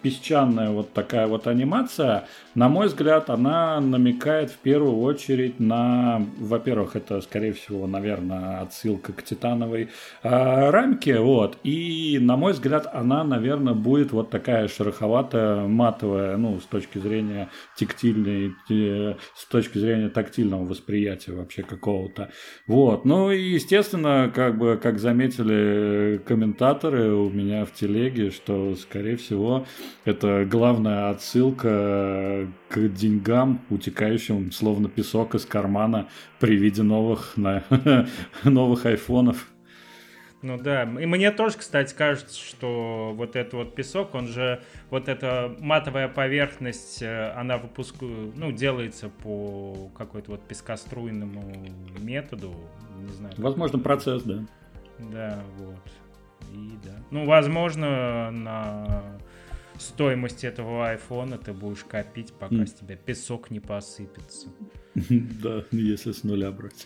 песчаная вот такая вот анимация, на мой взгляд, она намекает в первую очередь на, во-первых, это, скорее всего, наверное, отсылка к титановой рамке, вот, и, на мой взгляд, она, наверное, будет вот такая шероховатая, матовая, ну, с точки зрения тактильной, с точки зрения тактильного восприятия вообще какого-то, вот, ну, и, естественно, как бы, как заметили комментаторы у меня в телеге, что, скорее всего, это главная отсылка к деньгам, утекающим словно песок из кармана при виде новых айфонов. Ну да, и мне тоже, кстати, кажется, что вот этот вот песок, он же, вот эта матовая поверхность, она делается по какой-то вот пескоструйному методу, не знаю. Возможно, процесс, да. Да, вот. И да. Ну, возможно, на стоимость этого айфона ты будешь копить, пока с тебя песок не посыпется. Да, если с нуля брать.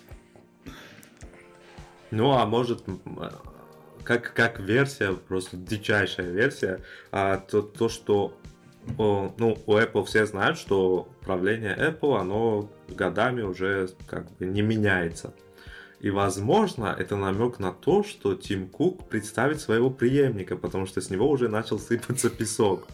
Ну, а может, как версия, просто дичайшая версия, то, что у Apple все знают, что управление Apple, оно годами уже как бы не меняется. И, возможно, это намек на то, что Тим Кук представит своего преемника, потому что с него уже начал сыпаться песок.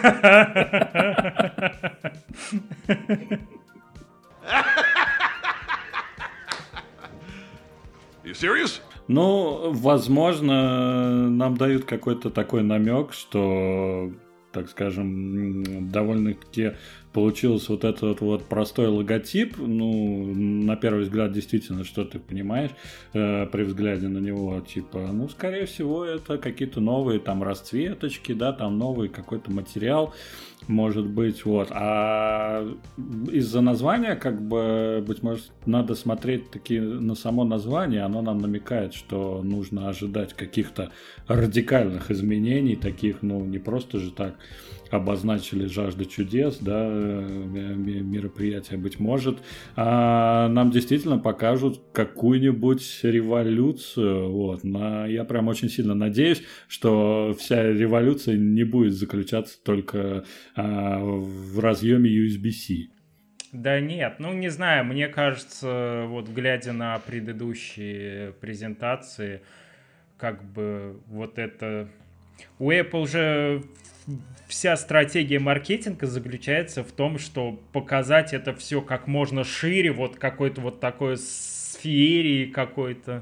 You serious? Ну, возможно, нам дают какой-то такой намек, что, так скажем, довольно-таки получился вот этот вот простой логотип. Ну, на первый взгляд, действительно, что ты понимаешь при взгляде на него, типа, ну, скорее всего, это какие-то новые там расцветочки, да, там новый какой-то материал, может быть, вот. А из-за названия, как бы, быть может, надо смотреть таки на само название, оно нам намекает, что нужно ожидать каких-то радикальных изменений, таких, ну, не просто же так обозначили «Жажда чудес», да, мероприятие, быть может, а нам действительно покажут какую-нибудь революцию, вот. Я прям очень сильно надеюсь, что вся революция не будет заключаться только в разъеме USB-C. Да нет, ну не знаю, мне кажется, вот глядя на предыдущие презентации, как бы вот это... У Apple же вся стратегия маркетинга заключается в том, что показать это все как можно шире, вот какой-то вот такой с феерией какой-то.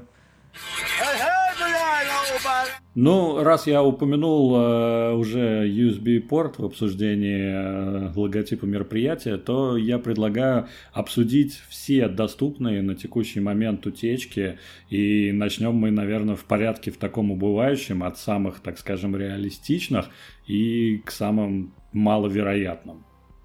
Ну, раз я упомянул уже USB-порт в обсуждении логотипа мероприятия, то я предлагаю обсудить все доступные на текущий момент утечки. И начнем мы, наверное, в порядке в таком убывающем, от самых, так скажем, реалистичных и к самым маловероятным.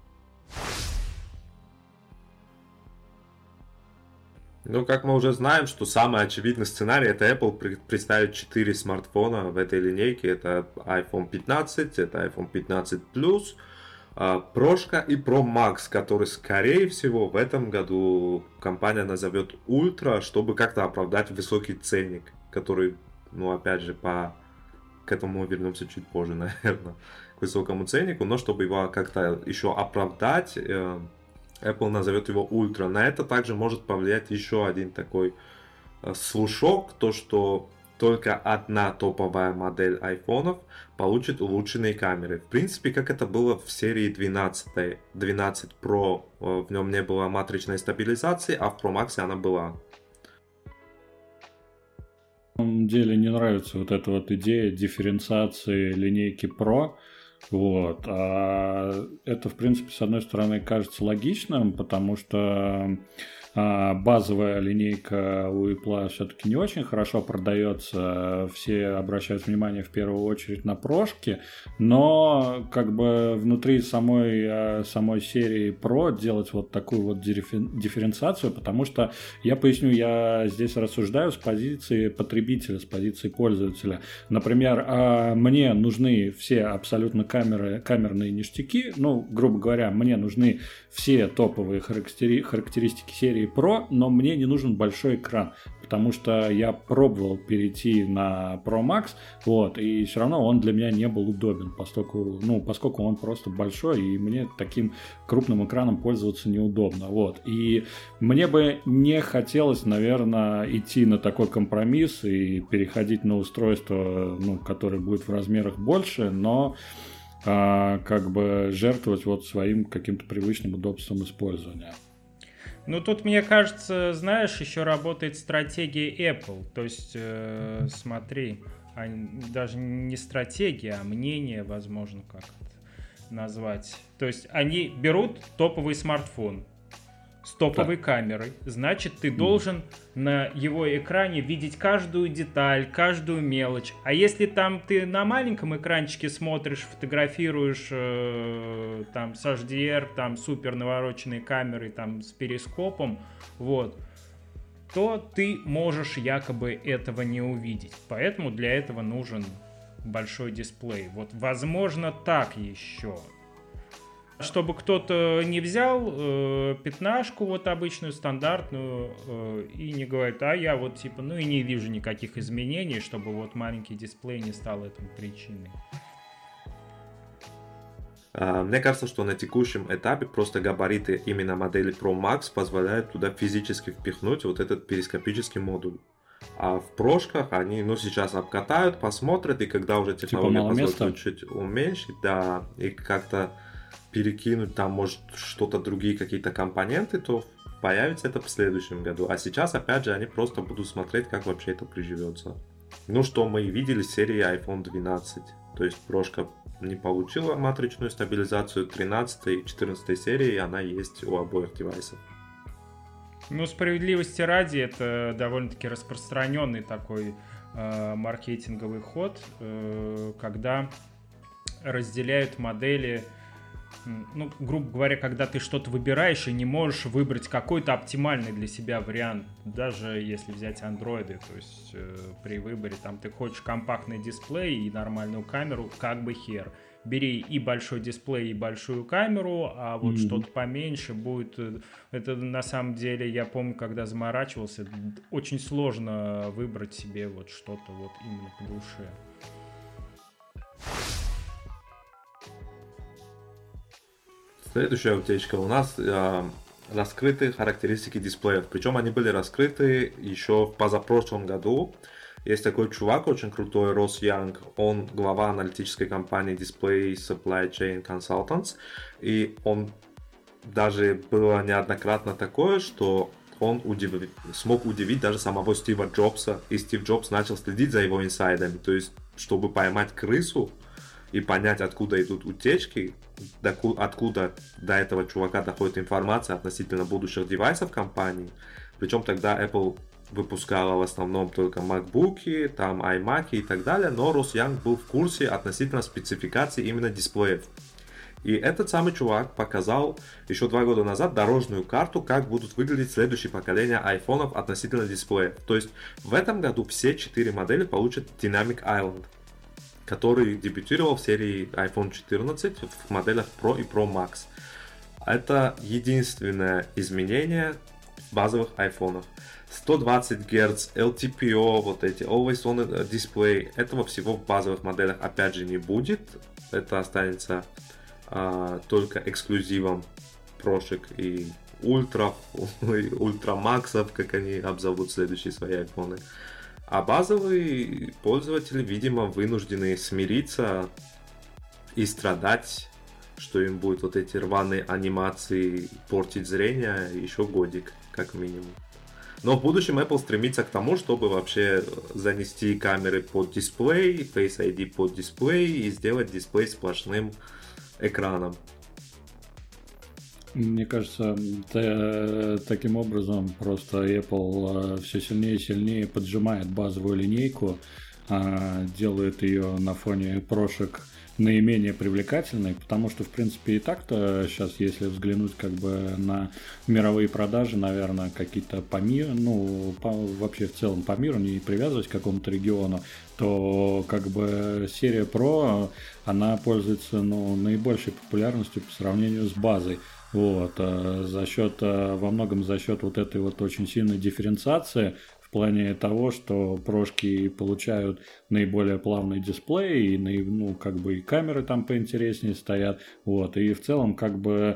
Ну, как мы уже знаем, что самый очевидный сценарий — это Apple представит 4 смартфона в этой линейке. Это iPhone 15, это iPhone 15 Plus, Прошка и Pro Max, который, скорее всего, в этом году компания назовет Ultra, чтобы как-то оправдать высокий ценник, который, ну, опять же, к этому мы вернемся чуть позже, наверное, к высокому ценнику, но чтобы его как-то еще оправдать, Apple назовет его Ultra. На это также может повлиять еще один такой слушок, то что только одна топовая модель айфонов получит улучшенные камеры. В принципе, как это было в серии 12 Pro, в нем не было матричной стабилизации, а в Pro Max она была. На самом деле не нравится вот эта вот идея дифференциации линейки Pro. Вот. А это, в принципе, с одной стороны, кажется логичным, потому что базовая линейка у Apple все-таки не очень хорошо продается. Все обращают внимание в первую очередь на прошки, но как бы внутри самой серии Pro делать вот такую вот дифференциацию, потому что, я поясню, я здесь рассуждаю с позиции потребителя, с позиции пользователя. Например, мне нужны все абсолютно камерные ништяки, ну, грубо говоря, мне нужны все топовые характеристики серии серии Pro, но мне не нужен большой экран, потому что я пробовал перейти на Pro Max, вот, и все равно он для меня не был удобен, поскольку он просто большой, и мне таким крупным экраном пользоваться неудобно, вот. И мне бы не хотелось, наверное, идти на такой компромисс и переходить на устройство, которое будет в размерах больше, но как бы жертвовать вот своим каким-то привычным удобством использования. Ну, тут, мне кажется, знаешь, еще работает стратегия Apple. То есть, смотри, даже не стратегия, а мнение, возможно, как это назвать. То есть, они берут топовый смартфон с топовой камерой. Значит, ты должен на его экране видеть каждую деталь, каждую мелочь. А если там ты на маленьком экранчике смотришь, фотографируешь там с HDR, там супер навороченной камерой, там с перископом, вот, то ты можешь якобы этого не увидеть. Поэтому для этого нужен большой дисплей. Вот, возможно, так еще. Чтобы кто-то не взял пятнашку вот обычную, стандартную, и не говорит, я вот типа, и не вижу никаких изменений, чтобы вот маленький дисплей не стал этому причиной. Мне кажется, что на текущем этапе просто габариты именно модели Pro Max позволяют туда физически впихнуть вот этот перископический модуль. А в прошках они, сейчас обкатают, посмотрят, и когда уже технология позволит чуть уменьшить, да, и как-то перекинуть там, может, что-то другие какие-то компоненты, то появится это в следующем году. А сейчас, опять же, они просто будут смотреть, как вообще это приживется. Что мы и видели в серии iPhone 12. То есть прошка не получила матричную стабилизацию 13 и 14 серии, она есть у обоих девайсов. Справедливости ради, это довольно-таки распространенный такой маркетинговый ход, когда разделяют модели. Грубо говоря, когда ты что-то выбираешь и не можешь выбрать какой-то оптимальный для себя вариант, даже если взять андроиды, то есть при выборе там ты хочешь компактный дисплей и нормальную камеру, как бы хер. Бери и большой дисплей, и большую камеру, а вот что-то поменьше будет. Это на самом деле, я помню, когда заморачивался, очень сложно выбрать себе вот что-то вот именно по душе. Следующая утечка у нас раскрыты характеристики дисплеев. Причем они были раскрыты еще в позапрошлом году. Есть такой чувак очень крутой, Росс Янг. Он глава аналитической компании Display Supply Chain Consultants. И он даже было неоднократно такое, что он смог удивить даже самого Стива Джобса. И Стив Джобс начал следить за его инсайдами. То есть, чтобы поймать крысу и понять, откуда идут утечки, откуда до этого чувака доходит информация относительно будущих девайсов компании. Причем тогда Apple выпускала в основном только MacBook'и, там iMac'и и так далее, но Росс Янг был в курсе относительно спецификации именно дисплеев. И этот самый чувак показал еще 2 года назад дорожную карту, как будут выглядеть следующие поколения айфонов относительно дисплеев. То есть в этом году все 4 модели получат Dynamic Island, который дебютировал в серии iPhone 14 в моделях Pro и Pro Max. Это единственное изменение в базовых айфонах. 120 Гц, LTPO, вот эти Always On Display, этого всего в базовых моделях опять же не будет. Это останется только эксклюзивом прошек и ультра максов, как они обзовут следующие свои айфоны. А базовые пользователи, видимо, вынуждены смириться и страдать, что им будут вот эти рваные анимации портить зрение еще годик, как минимум. Но в будущем Apple стремится к тому, чтобы вообще занести камеры под дисплей, Face ID под дисплей и сделать дисплей сплошным экраном. Мне кажется, таким образом просто Apple все сильнее и сильнее поджимает базовую линейку, делает ее на фоне прошек наименее привлекательной, потому что, в принципе, и так-то сейчас, если взглянуть как бы на мировые продажи, наверное, какие-то по миру, вообще в целом по миру, не привязывать к какому-то региону, то как бы серия Pro, она пользуется наибольшей популярностью по сравнению с базой. вот, во многом за счет вот этой вот очень сильной дифференциации в плане того, что прошки получают наиболее плавный дисплей, и, ну, как бы и камеры там поинтереснее стоят, вот, и в целом, как бы,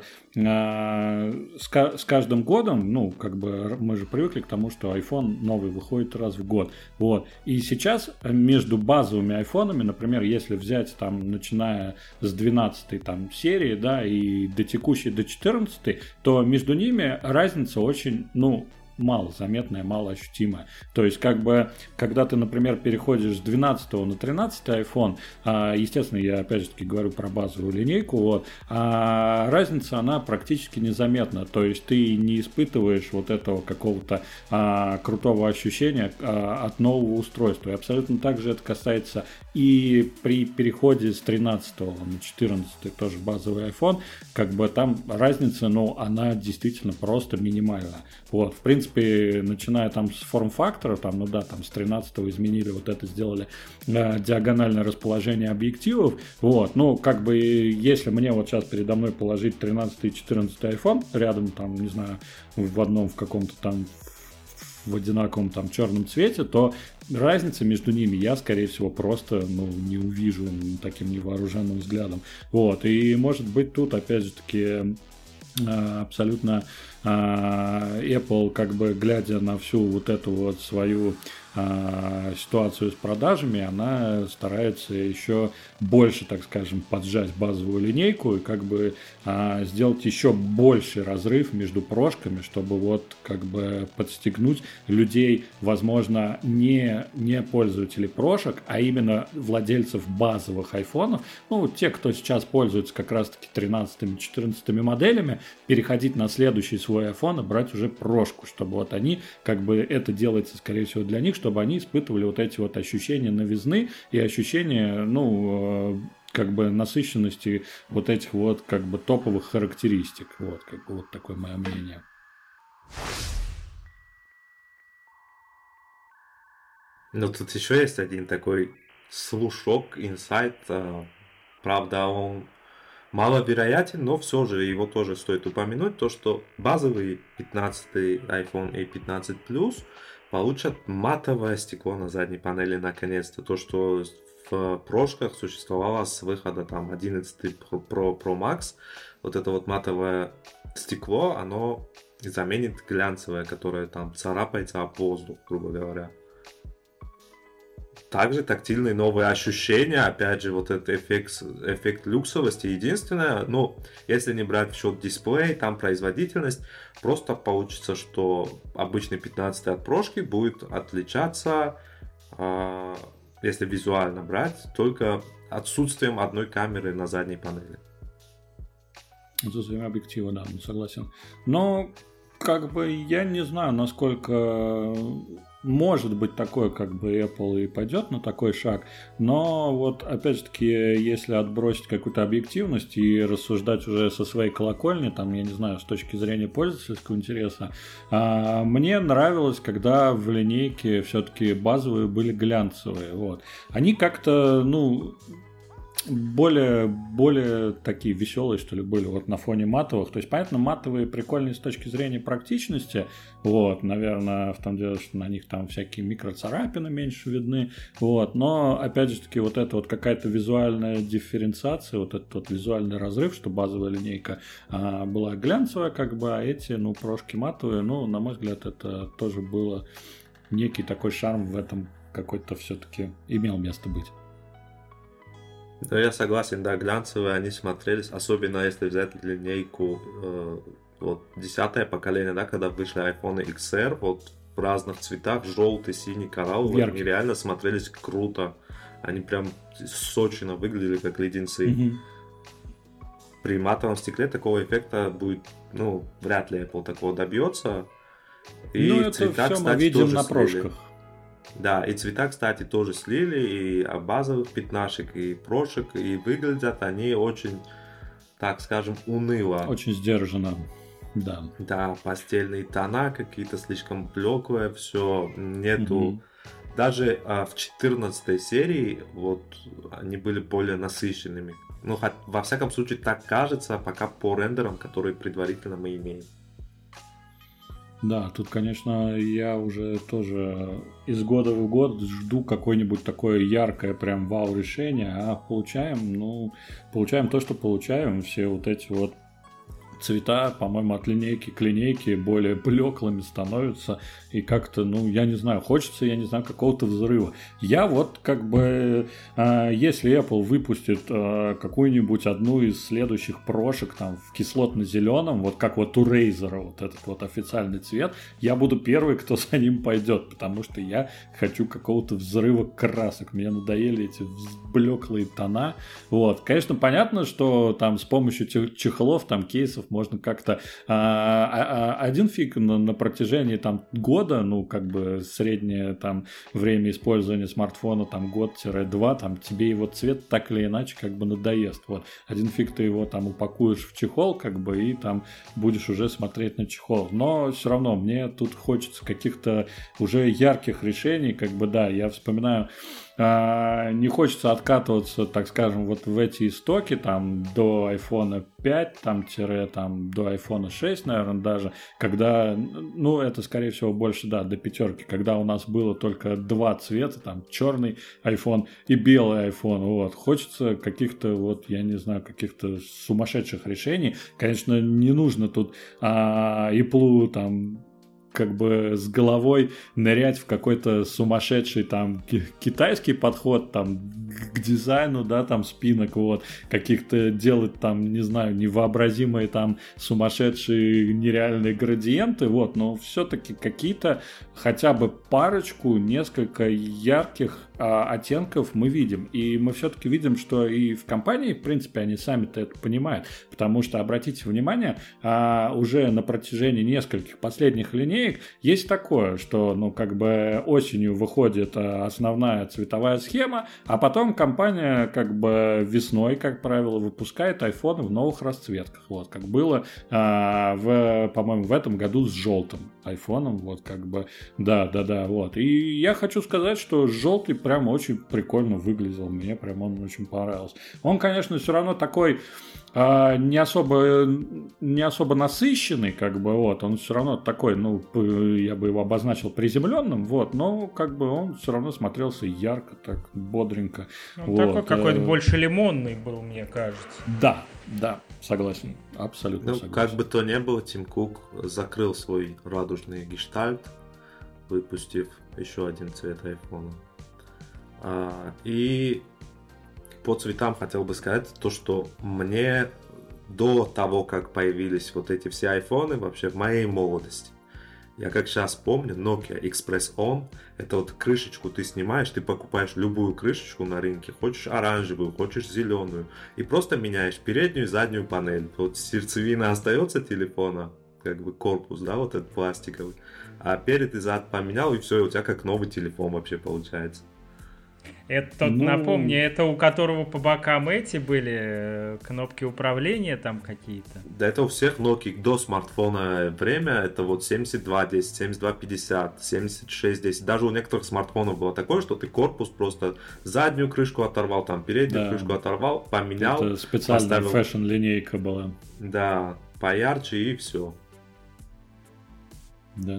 с каждым годом, ну, как бы, мы же привыкли к тому, что iPhone новый выходит раз в год, вот, и сейчас между базовыми айфонами, например, если взять там, начиная с 12 там серии, да, и до текущей, до 14, то между ними разница очень, ну, мало заметная, мало ощутимая. То есть, как бы, когда ты, например, переходишь с 12 на 13 iPhone, естественно, я опять же таки говорю про базовую линейку, вот, разница, она практически незаметна. То есть, ты не испытываешь вот этого какого-то крутого ощущения от нового устройства. И абсолютно так же это касается и при переходе с 13 на 14 тоже базовый iPhone, как бы там разница, ну, она действительно просто минимальна. Вот, в принципе, начиная там с форм-фактора, там, ну да, там с 13 изменили вот это, сделали диагональное расположение объективов, вот, ну, как бы, если мне вот сейчас передо мной положить 13 и 14 iPhone, рядом там, не знаю, в одном, в каком-то там, в одинаковом там черном цвете, то разницы между ними я, скорее всего, просто, ну, не увижу таким невооруженным взглядом. Вот, и может быть тут, опять же таки, абсолютно Apple, как бы глядя на всю вот эту вот свою ситуацию с продажами, она старается еще больше, так скажем, поджать базовую линейку и как бы сделать еще больший разрыв между прошками, чтобы вот как бы подстегнуть людей, возможно, не пользователей прошек, а именно владельцев базовых айфонов, ну, те, кто сейчас пользуется как раз-таки 13-14 моделями, переходить на следующий свой iPhone и брать уже прошку, чтобы вот они, как бы это делается, скорее всего, для них, чтобы они испытывали вот эти вот ощущения новизны и ощущения, ну, как бы насыщенности вот этих вот как бы топовых характеристик. Вот, как бы вот такое мое мнение. Ну, тут еще есть один такой слушок, инсайт. Правда, он маловероятен, но все же его тоже стоит упомянуть, то что базовый 15 iPhone и 15 Plus получат матовое стекло на задней панели наконец-то. То, что в прошках существовало с выхода там 11 Pro Max. Вот это вот матовое стекло, оно заменит глянцевое, которое там царапается об воздух, грубо говоря. Также тактильные новые ощущения, опять же, вот этот эффект люксовости. Единственное, ну, если не брать в счет дисплей, там производительность, просто получится, что обычный 15 от прошки будет отличаться, если визуально брать, только отсутствием одной камеры на задней панели. Отсутствием объектива, да, согласен. Но, как бы, я не знаю, насколько... Может быть такое, как бы Apple и пойдет на такой шаг, но вот опять же таки, если отбросить какую-то объективность и рассуждать уже со своей колокольни, там, я не знаю, с точки зрения пользовательского интереса, мне нравилось, когда в линейке все-таки базовые были глянцевые, вот. Они как-то, ну... более такие веселые, что ли, были вот на фоне матовых. То есть, понятно, матовые прикольные с точки зрения практичности. Вот, наверное, в том деле, что на них там всякие микроцарапины меньше видны. Вот, но, опять же таки, вот это вот какая-то визуальная дифференциация, вот этот вот визуальный разрыв, что базовая линейка была глянцевая, как бы, а эти, ну, прошки матовые, ну, на мой взгляд, это тоже было некий такой шарм в этом какой-то все-таки имел место быть. Да, я согласен, да, глянцевые они смотрелись, особенно если взять линейку, вот, 10-е поколение, да, когда вышли iPhone XR, вот, в разных цветах, желтый, синий, коралловый, они реально смотрелись круто, они прям сочно выглядели, как леденцы. Mm-hmm. При матовом стекле такого эффекта будет, ну, вряд ли Apple такого добьется. И ну, это цвета, все мы видим на прошках. Да, и цвета, кстати, тоже слили, и от базовых пятнашек, и прошек, и выглядят они очень, так скажем, уныло. Очень сдержанно, да. Да, пастельные тона какие-то слишком блеклые, все, нету... Даже в 14 серии вот они были более насыщенными. Ну, во всяком случае, так кажется, пока по рендерам, которые предварительно мы имеем. Да, тут, конечно, я уже тоже из года в год жду какое-нибудь такое яркое прям вау-решение, а получаем то, что получаем, все вот эти вот цвета, по-моему, от линейки к линейке более блеклыми становятся, и как-то, я не знаю, хочется, какого-то взрыва. Я вот как бы, если Apple выпустит какую-нибудь одну из следующих прошек там в кислотно-зеленом, вот как вот у Razer, вот этот вот официальный цвет, я буду первый, кто за ним пойдет, потому что я хочу какого-то взрыва красок. Мне надоели эти блеклые тона. Вот. Конечно, понятно, что там с помощью чехлов, там кейсов можно как-то один фиг на протяжении там года, среднее там время использования смартфона там год-два, там тебе его цвет так или иначе как бы надоест. Вот. Один фиг ты его там упакуешь в чехол, как бы, и там будешь уже смотреть на чехол. Но все равно мне тут хочется каких-то уже ярких решений, как бы, да, я вспоминаю, не хочется откатываться, так скажем, вот в эти истоки, там, до iPhone 5, там, до iPhone 6, наверное, даже, когда, это, скорее всего, больше, да, до пятерки, когда у нас было только два цвета, там, черный iPhone и белый iPhone, вот, хочется каких-то, вот, я не знаю, каких-то сумасшедших решений, конечно, не нужно тут Apple, там, как бы с головой нырять в какой-то сумасшедший там китайский подход там к дизайну, да, там спинок, вот, каких-то делать там, не знаю, невообразимые там сумасшедшие нереальные градиенты, вот, но все-таки какие-то хотя бы парочку, несколько ярких оттенков мы видим. И мы все-таки видим, что и в компании, в принципе, они сами-то это понимают. Потому что, обратите внимание, уже на протяжении нескольких последних линеек есть такое, что, осенью выходит основная цветовая схема, а потом компания, весной, как правило, выпускает айфоны в новых расцветках. Вот, как было, по-моему, в этом году с желтым айфоном. Вот, да, вот. И я хочу сказать, что желтый прям очень прикольно выглядел. Мне прям он очень понравился. Он, конечно, все равно такой не особо насыщенный, вот. Он все равно такой, я бы его обозначил приземленным, вот. Но, он все равно смотрелся ярко, так бодренько. Он такой какой-то больше лимонный был, мне кажется. Да, согласен. Абсолютно согласен. Как бы то ни было, Тим Кук закрыл свой радужный гештальт, выпустив еще один цвет айфона. И по цветам хотел бы сказать то, что мне до того, как появились вот эти все айфоны, вообще в моей молодости, я как сейчас помню, Nokia Express On, это вот крышечку ты снимаешь, ты покупаешь любую крышечку на рынке, хочешь оранжевую, хочешь зеленую, и просто меняешь переднюю и заднюю панель. Вот сердцевина остается телефона, корпус, да, вот этот пластиковый, а перед и зад поменял, и все, и у тебя как новый телефон вообще получается. Это, напомни, это у которого по бокам эти были кнопки управления там какие-то? Да, это у всех Nokia до смартфона время, это вот 7210, 7250, 7610. Даже у некоторых смартфонов было такое, что ты корпус просто заднюю крышку оторвал, там переднюю крышку оторвал, поменял. Это специальная фэшн-линейка была. Да, поярче и все. Да.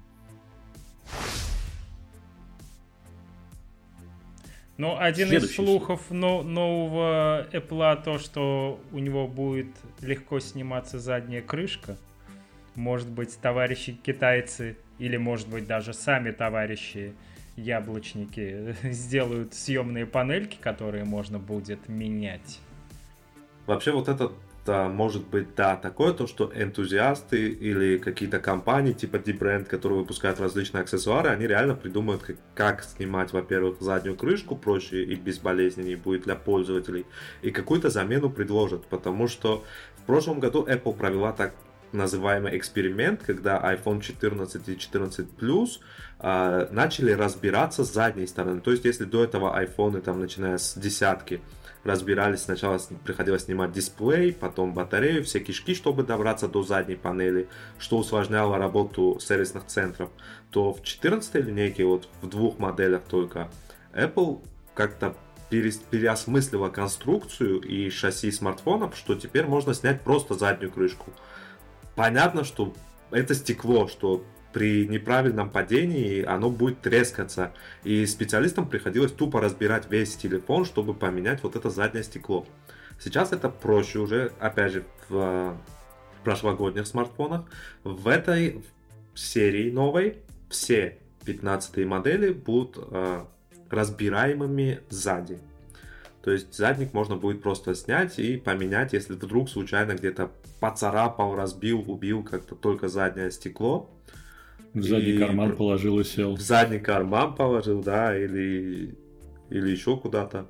Один из слухов нового Apple, то, что у него будет легко сниматься задняя крышка. Может быть, товарищи китайцы, или, может быть, даже сами товарищи яблочники сделают съемные панельки, которые можно будет менять. Вообще, вот это может быть, да, такое, то, что энтузиасты или какие-то компании типа D-Brand, которые выпускают различные аксессуары, они реально придумают, как снимать, во-первых, заднюю крышку проще и безболезненнее будет для пользователей, и какую-то замену предложат, потому что в прошлом году Apple провела так называемый эксперимент, когда iPhone 14 и 14 Plus начали разбираться с задней стороны. То есть, если до этого iPhone, там, начиная с десятки, разбирались, сначала приходилось снимать дисплей, потом батарею, все кишки, чтобы добраться до задней панели, что усложняло работу сервисных центров, то в 14 линейке, вот в двух моделях только, Apple как-то переосмыслила конструкцию и шасси смартфонов, что теперь можно снять просто заднюю крышку. Понятно, что это стекло, что при неправильном падении оно будет трескаться. И специалистам приходилось тупо разбирать весь телефон, чтобы поменять вот это заднее стекло. Сейчас это проще уже, опять же, в прошлогодних смартфонах. В этой серии новой все 15 модели будут разбираемыми сзади. То есть задник можно будет просто снять и поменять, если вдруг случайно где-то поцарапал, разбил, убил как-то только заднее стекло. В задний карман положил и сел. В задний карман положил, да, или еще куда-то.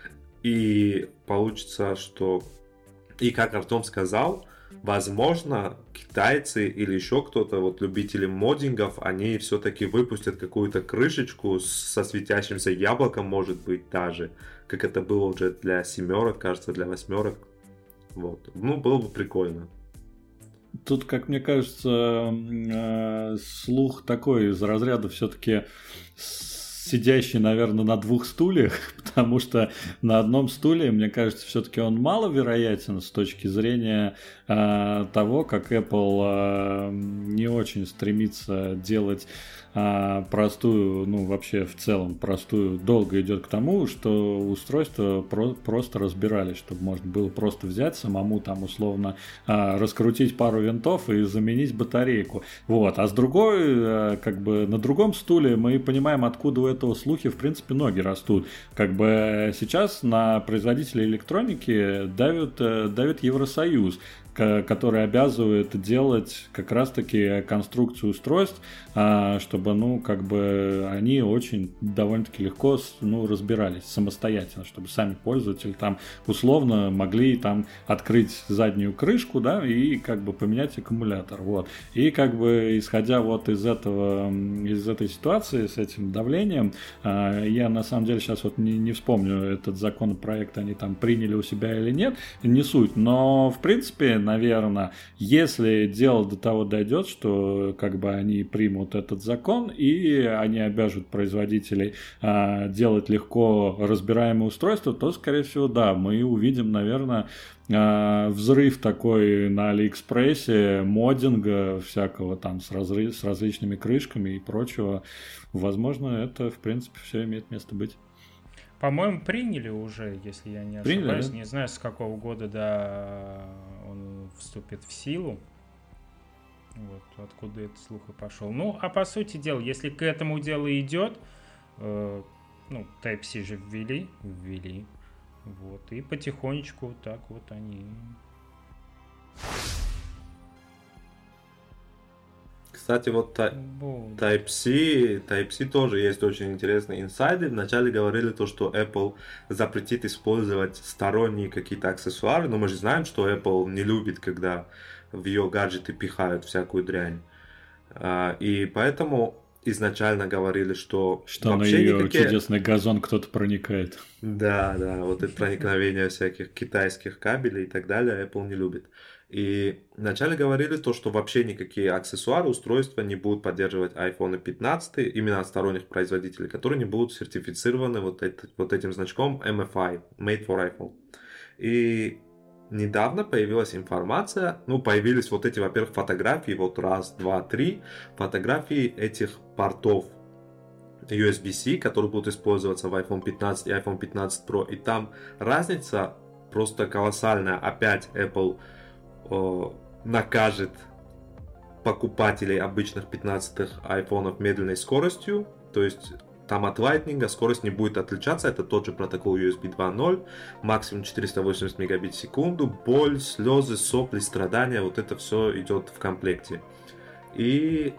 И получится, что... И как Артем сказал, возможно, китайцы или еще кто-то, вот любители моддингов, они все-таки выпустят какую-то крышечку со светящимся яблоком, может быть, даже. Как это было уже для семерок, кажется, для восьмерок. Вот. Ну, было бы прикольно. Тут, как мне кажется, слух такой из разряда все-таки сидящий, наверное, на двух стульях, потому что на одном стуле, мне кажется, все-таки он маловероятен с точки зрения того, как Apple не очень стремится делать простую, ну вообще в целом простую, долго идет к тому, что устройства просто разбирались, чтобы можно было просто взять самому там условно раскрутить пару винтов и заменить батарейку. Вот. А с другой, как бы на другом стуле мы понимаем, откуда у этого слухи, в принципе, ноги растут. Как бы сейчас на производителей электроники давит Евросоюз, который обязывает делать как раз-таки конструкцию устройств, чтобы, ну, как бы они очень довольно-таки легко, ну, разбирались самостоятельно, чтобы сами пользователи там условно могли там открыть заднюю крышку, да, и как бы поменять аккумулятор, вот. И как бы исходя вот из этой ситуации с этим давлением, я на самом деле сейчас вот не вспомню, этот законопроект они там приняли у себя или нет, не суть, но в принципе, наверное, если дело до того дойдет, что как бы они примут этот закон и они обяжут производителей делать легко разбираемые устройства, то, скорее всего, да, мы увидим, наверное, взрыв такой на Алиэкспрессе, моддинга всякого там с различными крышками и прочего. Возможно, это, в принципе, все имеет место быть. По-моему, приняли уже, если я не ошибаюсь. Приняли, да? Не знаю, с какого года, да, он вступит в силу. Вот откуда этот слух и пошел. Ну, а по сути дела, если к этому делу идет, ну, Type-C же ввели. Вот, и потихонечку так вот они... Кстати, вот Type-C тоже есть очень интересные инсайды. Вначале говорили то, что Apple запретит использовать сторонние какие-то аксессуары, но мы же знаем, что Apple не любит, когда в ее гаджеты пихают всякую дрянь. И поэтому изначально говорили, что на ее чудесный газон кто-то проникает. Да, вот это проникновение всяких китайских кабелей и так далее Apple не любит. И вначале говорили то, что вообще никакие аксессуары, устройства не будут поддерживать iPhone 15, именно от сторонних производителей, которые не будут сертифицированы вот этим значком MFI, Made for iPhone. И недавно появилась информация, появились вот эти, во-первых, фотографии, вот раз, два, три, фотографии этих портов USB-C, которые будут использоваться в iPhone 15 и iPhone 15 Pro, и там разница просто колоссальная. Опять Apple накажет покупателей обычных 15-х айфонов медленной скоростью, то есть там от Lightning скорость не будет отличаться, это тот же протокол USB 2.0, максимум 480 мегабит в секунду, боль, слезы, сопли, страдания, вот это все идет в комплекте. И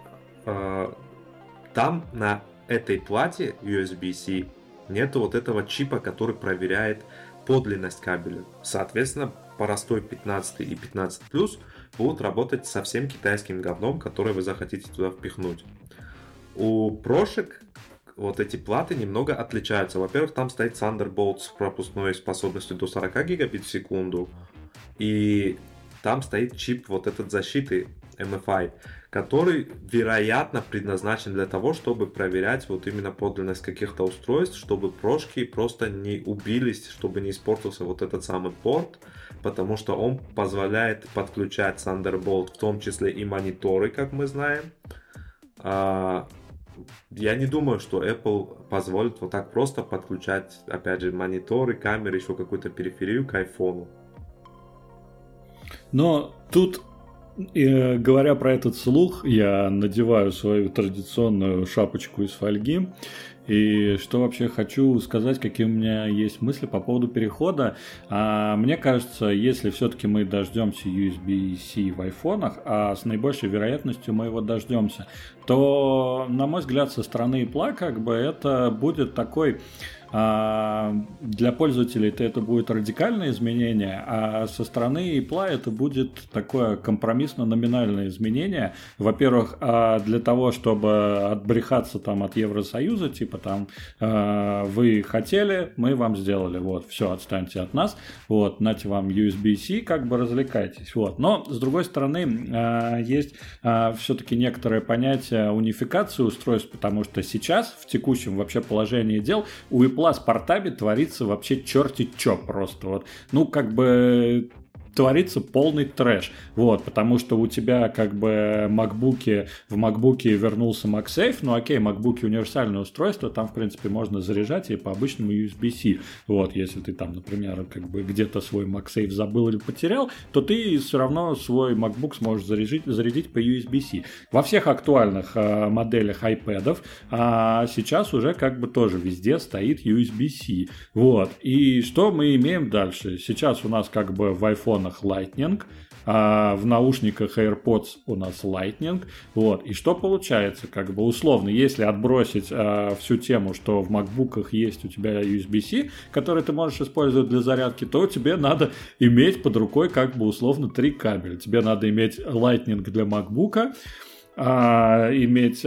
там на этой плате USB-C нету вот этого чипа, который проверяет подлинность кабеля. Соответственно, простой 15 и 15 Plus будут работать со всем китайским говном, которое вы захотите туда впихнуть. У прошек вот эти платы немного отличаются. Во-первых, там стоит Thunderbolt с пропускной способностью до 40 гигабит в секунду. И там стоит чип вот этот защиты MFI, который, вероятно, предназначен для того, чтобы проверять вот именно подлинность каких-то устройств, чтобы прошки просто не убились, чтобы не испортился вот этот самый порт, потому что он позволяет подключать Thunderbolt, в том числе и мониторы, как мы знаем. Я не думаю, что Apple позволит вот так просто подключать, опять же, мониторы, камеры, еще какую-то периферию к iPhone. Но тут, говоря про этот слух, я надеваю свою традиционную шапочку из фольги. И что вообще хочу сказать, какие у меня есть мысли по поводу перехода. Мне кажется, если все-таки мы дождемся USB-C в айфонах, а с наибольшей вероятностью мы его дождемся, то, на мой взгляд, со стороны Apple как бы это будет такой... Для пользователей-то это будет радикальное изменение, а со стороны Apple это будет такое компромиссно-номинальное изменение. Во-первых, для того, чтобы отбрехаться там от Евросоюза, типа там вы хотели, мы вам сделали, вот, все, отстаньте от нас, вот, нате вам USB-C, как бы развлекайтесь, вот. Но, с другой стороны, есть все-таки некоторое понятие унификации устройств, потому что сейчас, в текущем вообще положении дел, у Apple с портами творится вообще черти чё просто. Вот. Ну, как бы творится полный трэш. Вот, потому что у тебя как бы в MacBook'е вернулся MagSafe, ну окей, MacBook'е универсальное устройство, там в принципе можно заряжать и по обычному USB-C. Вот, если ты там, например, как бы где-то свой MagSafe забыл или потерял, то ты все равно свой MacBook сможешь зарядить по USB-C. Во всех актуальных моделях iPad'ов сейчас уже как бы тоже везде стоит USB-C. Вот, и что мы имеем дальше? Сейчас у нас как бы в iPhone Lightning, в наушниках AirPods у нас Lightning. Вот. И что получается? Как бы условно, если отбросить всю тему, что в MacBook'ах есть у тебя USB-C, который ты можешь использовать для зарядки, то тебе надо иметь под рукой как бы условно 3 кабеля. Тебе надо иметь Lightning для MacBook'а, иметь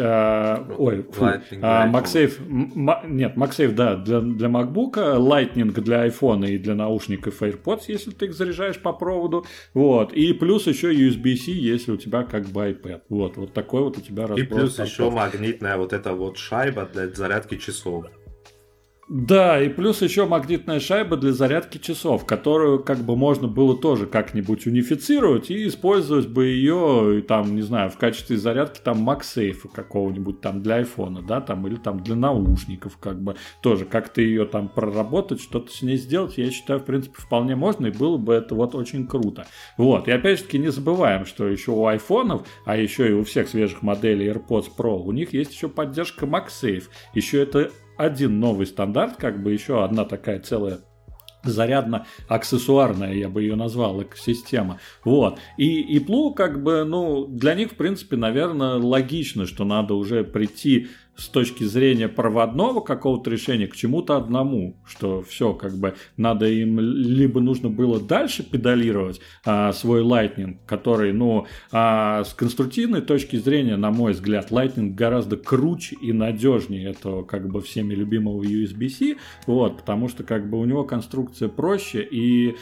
MagSafe, MagSafe, да, для MacBook'а, Lightning для iPhone и для наушников AirPods, если ты их заряжаешь по проводу, вот, и плюс еще USB-C, если у тебя как бы iPad, вот такой вот у тебя разброс. И плюс еще магнитная вот эта вот шайба для зарядки часов. Да, и плюс еще магнитная шайба для зарядки часов, которую как бы можно было тоже как-нибудь унифицировать и использовать бы ее, там, не знаю, в качестве зарядки там MagSafe какого-нибудь там для айфона, да, там, или там для наушников, как бы тоже как-то ее там проработать, что-то с ней сделать, я считаю, в принципе, вполне можно, и было бы это вот очень круто. Вот, и опять же таки не забываем, что еще у айфонов, а еще и у всех свежих моделей AirPods Pro, у них есть еще поддержка MagSafe, еще это один новый стандарт, как бы еще одна такая целая зарядно-аксессуарная, я бы ее назвал, экосистема. Вот. И Apple, как бы, ну, для них, в принципе, наверное, логично, что надо уже прийти с точки зрения проводного какого-то решения к чему-то одному, что все, как бы, надо им, либо нужно было дальше педалировать свой Lightning, который, ну, с конструктивной точки зрения, на мой взгляд, Lightning гораздо круче и надежнее этого, как бы, всеми любимого USB-C, вот, потому что, как бы, у него конструкция проще, и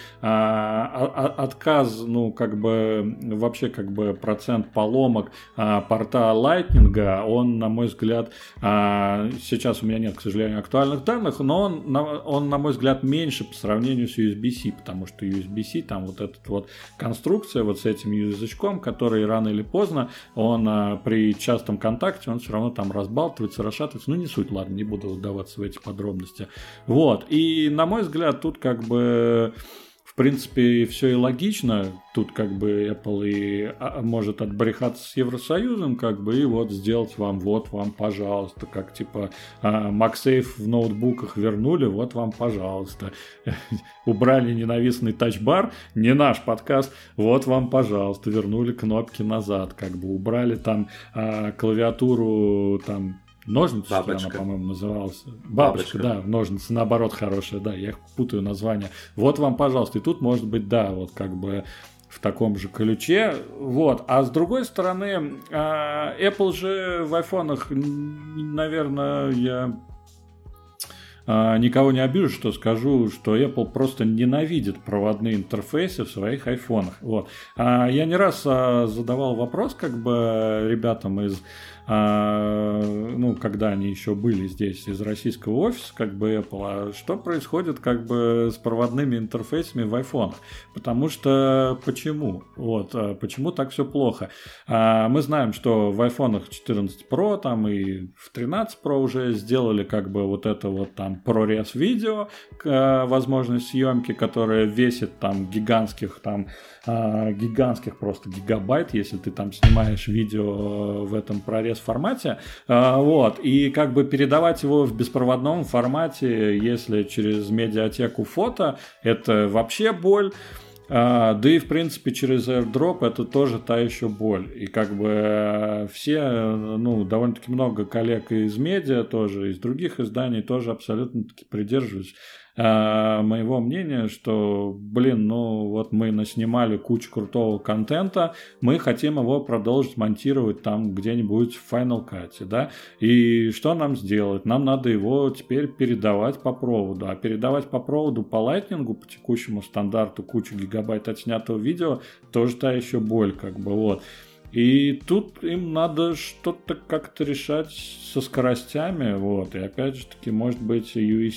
отказ, ну, как бы, вообще, как бы, процент поломок порта Lightning, он, на мой взгляд, сейчас у меня нет, к сожалению, актуальных данных, но он, на мой взгляд, меньше по сравнению с USB-C, потому что USB-C, там вот эта вот конструкция вот с этим язычком, который рано или поздно, он при частом контакте, он все равно там разбалтывается, расшатывается, ну не суть, ладно, не буду вдаваться в эти подробности. Вот, и на мой взгляд, тут как бы... В принципе, все и логично. Тут как бы Apple и может отбрехаться с Евросоюзом, как бы, и вот сделать вам, вот вам, пожалуйста, как типа MagSafe в ноутбуках вернули, вот вам, пожалуйста. Убрали ненавистный тачбар, не наш подкаст, вот вам, пожалуйста, вернули кнопки назад, как бы убрали там клавиатуру, там, ножницы, что она, по-моему, называлась. Бабочка, да, ножницы, наоборот, хорошая, да, я их путаю название. Вот вам, пожалуйста, и тут может быть, да, вот как бы в таком же ключе, вот. А с другой стороны, Apple же в айфонах, наверное, я никого не обижу, что скажу, что Apple просто ненавидит проводные интерфейсы в своих айфонах. Вот. Я не раз задавал вопрос как бы ребятам из когда они еще были здесь из российского офиса, как бы Apple, а что происходит как бы с проводными интерфейсами в айфонах? Потому что почему? Почему так все плохо? Мы знаем, что в айфонах 14 Pro там и в 13 Pro уже сделали как бы вот это вот там ProRes видео, возможность съемки, которая весит там гигантских просто гигабайт, если ты там снимаешь видео в этом ProRes формате, и как бы передавать его в беспроводном формате, если через медиатеку фото, это вообще боль. Да и, в принципе, через AirDrop это тоже та еще боль. И как бы все, довольно-таки много коллег из медиа тоже, из других изданий тоже абсолютно-таки придерживаются моего мнения, что, мы наснимали кучу крутого контента, мы хотим его продолжить монтировать там где-нибудь в Final Cut, да, и что нам сделать? Нам надо его теперь передавать по проводу, а передавать по проводу по Lightning, по текущему стандарту, кучу гигабайт отснятого видео, тоже та еще боль, как бы, вот. И тут им надо что-то как-то решать со скоростями, и опять же таки, может быть,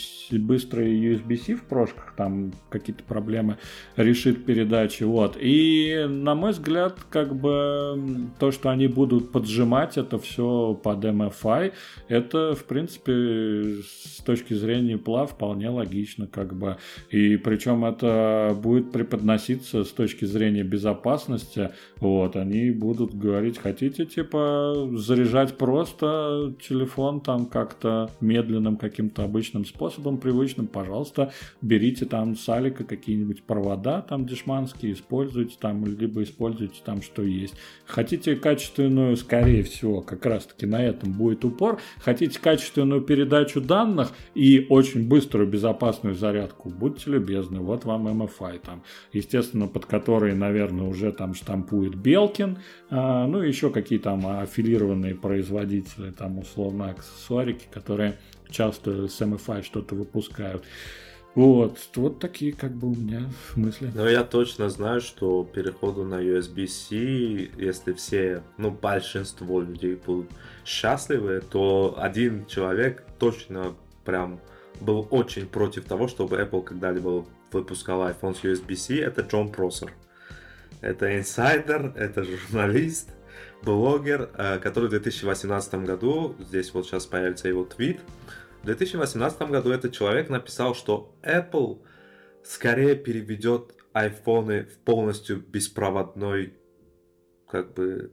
быстрый USB-C в прошках, там какие-то проблемы решит передачи, И, на мой взгляд, как бы, то, что они будут поджимать это все под MFI, это, в принципе, с точки зрения Apple вполне логично, как бы, и причем это будет преподноситься с точки зрения безопасности, они будут говорить, хотите, заряжать просто телефон там как-то медленным каким-то обычным способом, привычным, пожалуйста, берите там с Алика какие-нибудь провода там дешманские, используйте там, либо используйте там, что есть. Хотите качественную, скорее всего, как раз-таки на этом будет упор, хотите качественную передачу данных и очень быструю безопасную зарядку, будьте любезны, вот вам MFI там, естественно, под который, наверное, уже там штампует Белкин, еще какие там аффилированные производители, там условно аксессуарики, которые часто с MFI что-то выпускают. Вот такие как бы у меня мысли. Но я точно знаю, что переходу на USB-C, если все, большинство людей будут счастливы, то один человек точно прям был очень против того, чтобы Apple когда-либо выпускал iPhone с USB-C, это Джон Просер. Это инсайдер, это журналист, блогер, который в 2018 году, здесь вот сейчас появится его твит, в 2018 году этот человек написал, что Apple скорее переведет айфоны в полностью беспроводной, Apple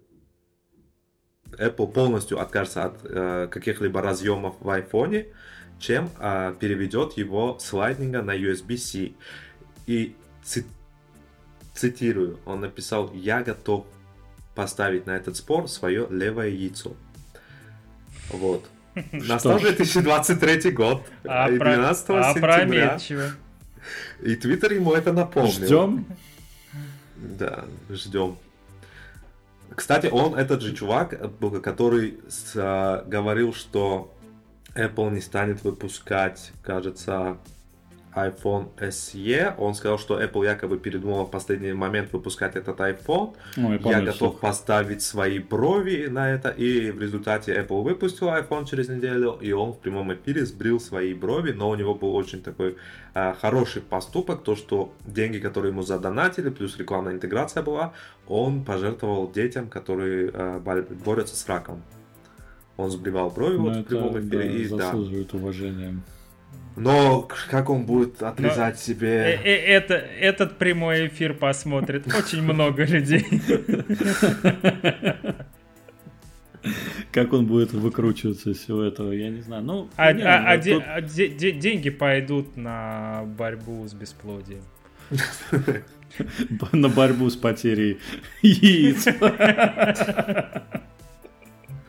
полностью откажется от каких-либо разъемов в айфоне, чем переведет его с Lightning на USB-C. И цитирую, он написал: «Я готов поставить на этот спор свое левое яйцо». Вот. Настал 2023 год, 12 сентября. И Твиттер ему это напомнил. Ждем? Да, ждем. Кстати, он этот же чувак, который говорил, что Apple не станет выпускать, кажется, iPhone SE. Он сказал, что Apple якобы передумала в последний момент выпускать этот iPhone. Я готов поставить свои брови на это. И в результате Apple выпустил iPhone через неделю, и он в прямом эфире сбрил свои брови. Но у него был очень такой хороший поступок. То, что деньги, которые ему задонатили, плюс рекламная интеграция была, он пожертвовал детям, которые борются с раком. Он сбривал брови в прямом эфире. Да, заслуживает уважения. Но как он будет отрезать себе... Этот прямой эфир посмотрит очень много людей. Как он будет выкручиваться из всего этого, я не знаю. Деньги пойдут на борьбу с бесплодием. На борьбу с потерей яиц.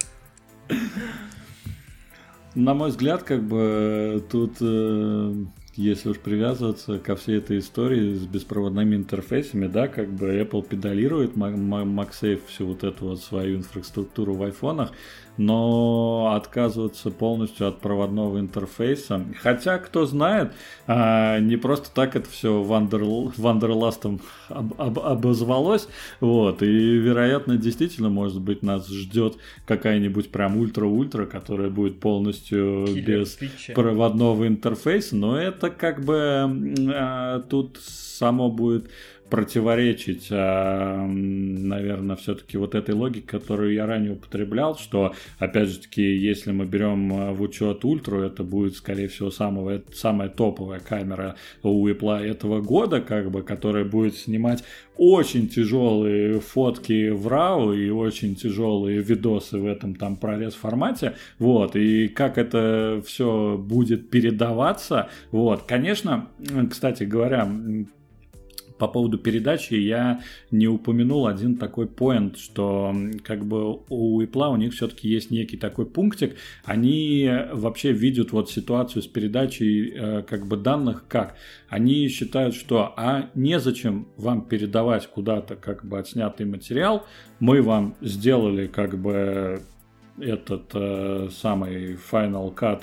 На мой взгляд, как бы тут если уж привязываться ко всей этой истории с беспроводными интерфейсами, да, как бы Apple педалирует MagSafe, всю вот эту вот свою инфраструктуру в айфонах, но отказываться полностью от проводного интерфейса. Хотя, кто знает, не просто так это все вандерластом обозвалось, вот, и, вероятно, действительно, может быть, нас ждет какая-нибудь прям ультра-ультра, которая будет полностью без проводного интерфейса, но это как бы тут само будет противоречить, наверное, все-таки вот этой логике, которую я ранее употреблял, что, опять же таки, если мы берем в учет ультру, это будет, скорее всего, самая топовая камера у Apple этого года, как бы, которая будет снимать очень тяжелые фотки в RAW и очень тяжелые видосы в этом там прорез формате, вот, и как это все будет передаваться, вот, конечно, кстати говоря, по поводу передачи я не упомянул один такой поинт, что как бы у Apple у них все-таки есть некий такой пунктик, они вообще видят вот ситуацию с передачей как бы данных как? Они считают, что незачем вам передавать куда-то как бы отснятый материал, мы вам сделали как бы этот самый Final Cut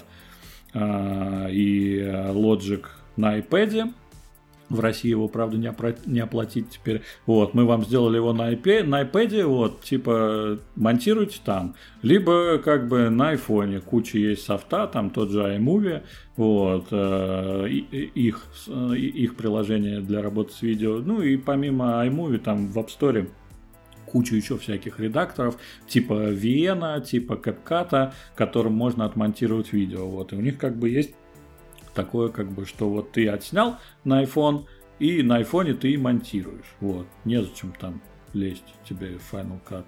и Logic на iPad. В России его, правда, не оплатить теперь. Вот, мы вам сделали его на iPad, вот, типа, монтируйте там. Либо, как бы, на айфоне куча есть софта, там тот же iMovie, вот, их приложение для работы с видео. Ну, и помимо iMovie, там в App Store кучу еще всяких редакторов, типа VN, типа CapCut, которым можно отмонтировать видео. Вот, и у них, как бы, есть такое, как бы, что вот ты отснял на iPhone, и на iPhone ты и монтируешь. Вот. Незачем там лезть тебе в Final Cut.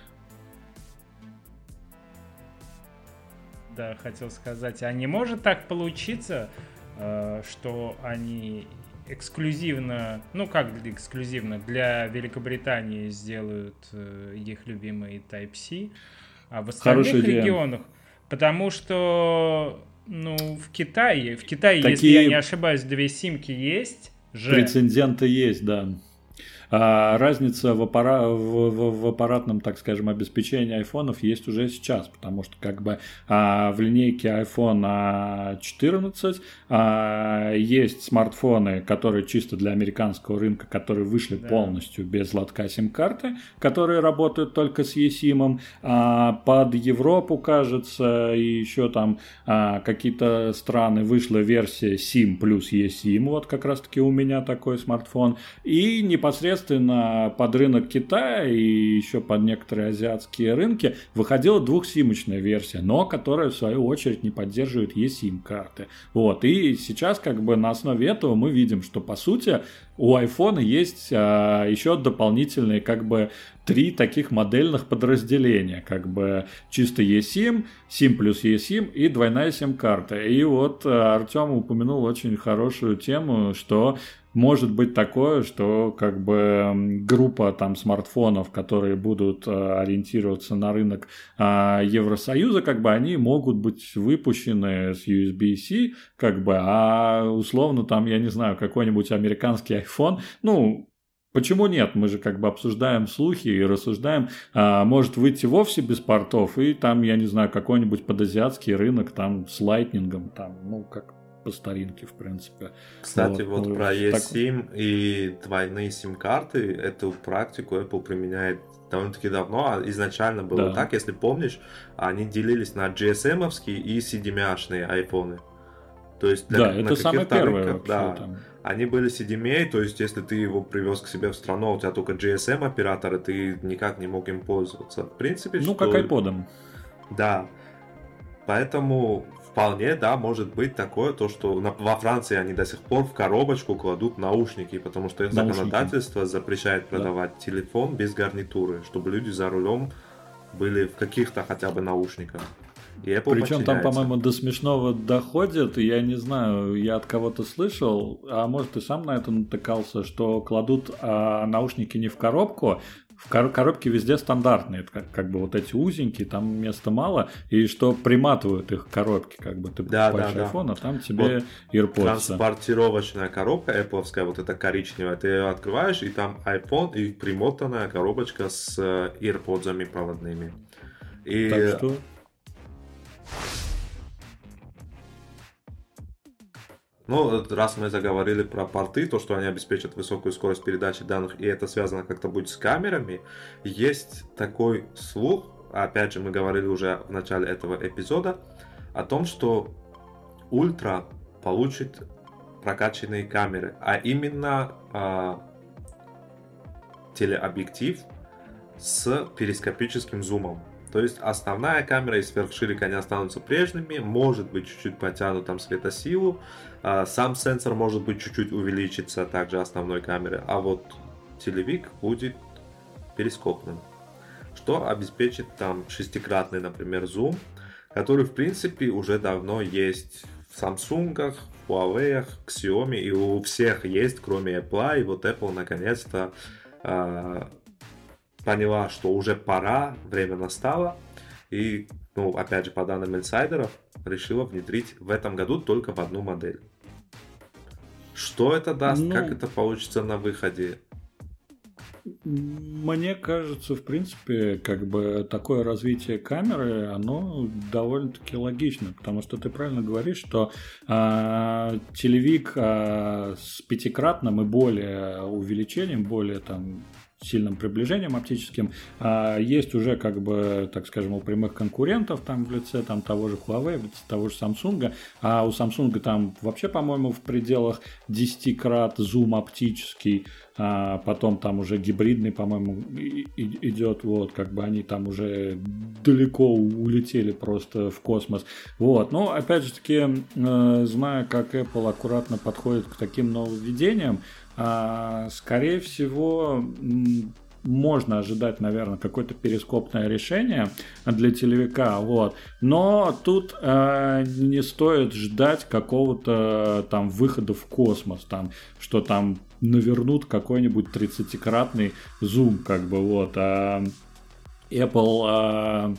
Да, хотел сказать, а не может так получиться, что они эксклюзивно, ну как эксклюзивно, для Великобритании сделают их любимый Type-C, а в остальных регионах, потому что в Китае, такие, если я не ошибаюсь, 2 симки есть же. Прецеденты есть, да. Разница в аппаратном, так скажем, обеспечении айфонов есть уже сейчас, потому что как бы в линейке iPhone 14 есть смартфоны, которые чисто для американского рынка, которые вышли полностью без лотка сим-карты, которые работают только с eSIM. Под Европу, кажется, и еще там какие-то страны вышла версия SIM плюс eSIM, вот как раз-таки у меня такой смартфон, и непосредственно под рынок Китая и еще под некоторые азиатские рынки выходила двухсимочная версия, но которая в свою очередь не поддерживает eSIM-карты. Вот. И сейчас как бы на основе этого мы видим, что по сути у iPhone есть еще дополнительные как бы 3 таких модельных подразделения, как бы чисто eSIM, SIM плюс eSIM и двойная сим-карта. И вот Артем упомянул очень хорошую тему, что может быть такое, что как бы группа там смартфонов, которые будут ориентироваться на рынок Евросоюза, как бы они могут быть выпущены с USB-C, как бы, а условно там, я не знаю, какой-нибудь американский iPhone, ну, почему нет? Мы же как бы обсуждаем слухи и рассуждаем, может выйти вовсе без портов, и там, я не знаю, какой-нибудь подазиатский рынок там с лайтнингом, там, ну, как по старинке, в принципе. Кстати, вот про eSIM и двойные сим-карты, эту практику Apple применяет довольно-таки давно, а изначально было так, если помнишь, они делились на GSM-овские и CDMA-шные айфоны. То есть это самое первое рынках, вообще, они были CDMA, то есть если ты его привез к себе в страну, у тебя только GSM-операторы, ты никак не мог им пользоваться. В принципе, как iPod'ом. Да. Поэтому вполне, да, может быть такое, то, что во Франции они до сих пор в коробочку кладут наушники, потому что их законодательство запрещает продавать телефон без гарнитуры, чтобы люди за рулем были в каких-то хотя бы наушниках. Причем там, по-моему, до смешного доходит, я не знаю, я от кого-то слышал, а может ты сам на это натыкался, что кладут наушники не в коробку, коробки везде стандартные, это как бы вот эти узенькие, там места мало, и что приматывают их коробки, как бы ты покупаешь iPhone, а там тебе вот AirPods. Транспортировочная коробка Apple'овская, вот эта коричневая, ты ее открываешь, и там iPhone, и примотанная коробочка с AirPods'ами проводными. И... Так что... Ну, раз мы заговорили про порты, то, что они обеспечат высокую скорость передачи данных, и это связано как-то будет с камерами, есть такой слух, опять же, мы говорили уже в начале этого эпизода, о том, что Ультра получит прокачанные камеры, а именно телеобъектив с перископическим зумом. То есть основная камера и сверхширик, они останутся прежними, может быть чуть-чуть потянут там светосилу, сам сенсор может быть чуть-чуть увеличится также основной камеры, а вот телевик будет перископным, что обеспечит там шестикратный, например, зум, который в принципе уже давно есть в Samsung, в Huawei, Xiaomi, и у всех есть, кроме Apple, и вот Apple наконец-то поняла, что уже пора, время настало, и, ну, опять же, по данным инсайдеров, решила внедрить в этом году только в одну модель. Что это даст, как это получится на выходе? Мне кажется, в принципе, как бы такое развитие камеры, оно довольно-таки логично, потому что ты правильно говоришь, что телевик с пятикратным и более увеличением, более там сильным приближением оптическим, есть уже, как бы, так скажем, у прямых конкурентов там в лице там того же Huawei, в лице того же Samsung, а у Samsung там вообще, по-моему, в пределах 10 крат зум оптический, потом там уже гибридный, по-моему, идет, вот, как бы они там уже далеко улетели просто в космос, вот, но, опять же таки, зная, как Apple аккуратно подходит к таким нововведениям, скорее всего, можно ожидать, наверное, какое-то перископное решение для телевика, вот. Но тут не стоит ждать какого-то там выхода в космос, там, что там навернут какой-нибудь 30-кратный зум, как бы, вот. Apple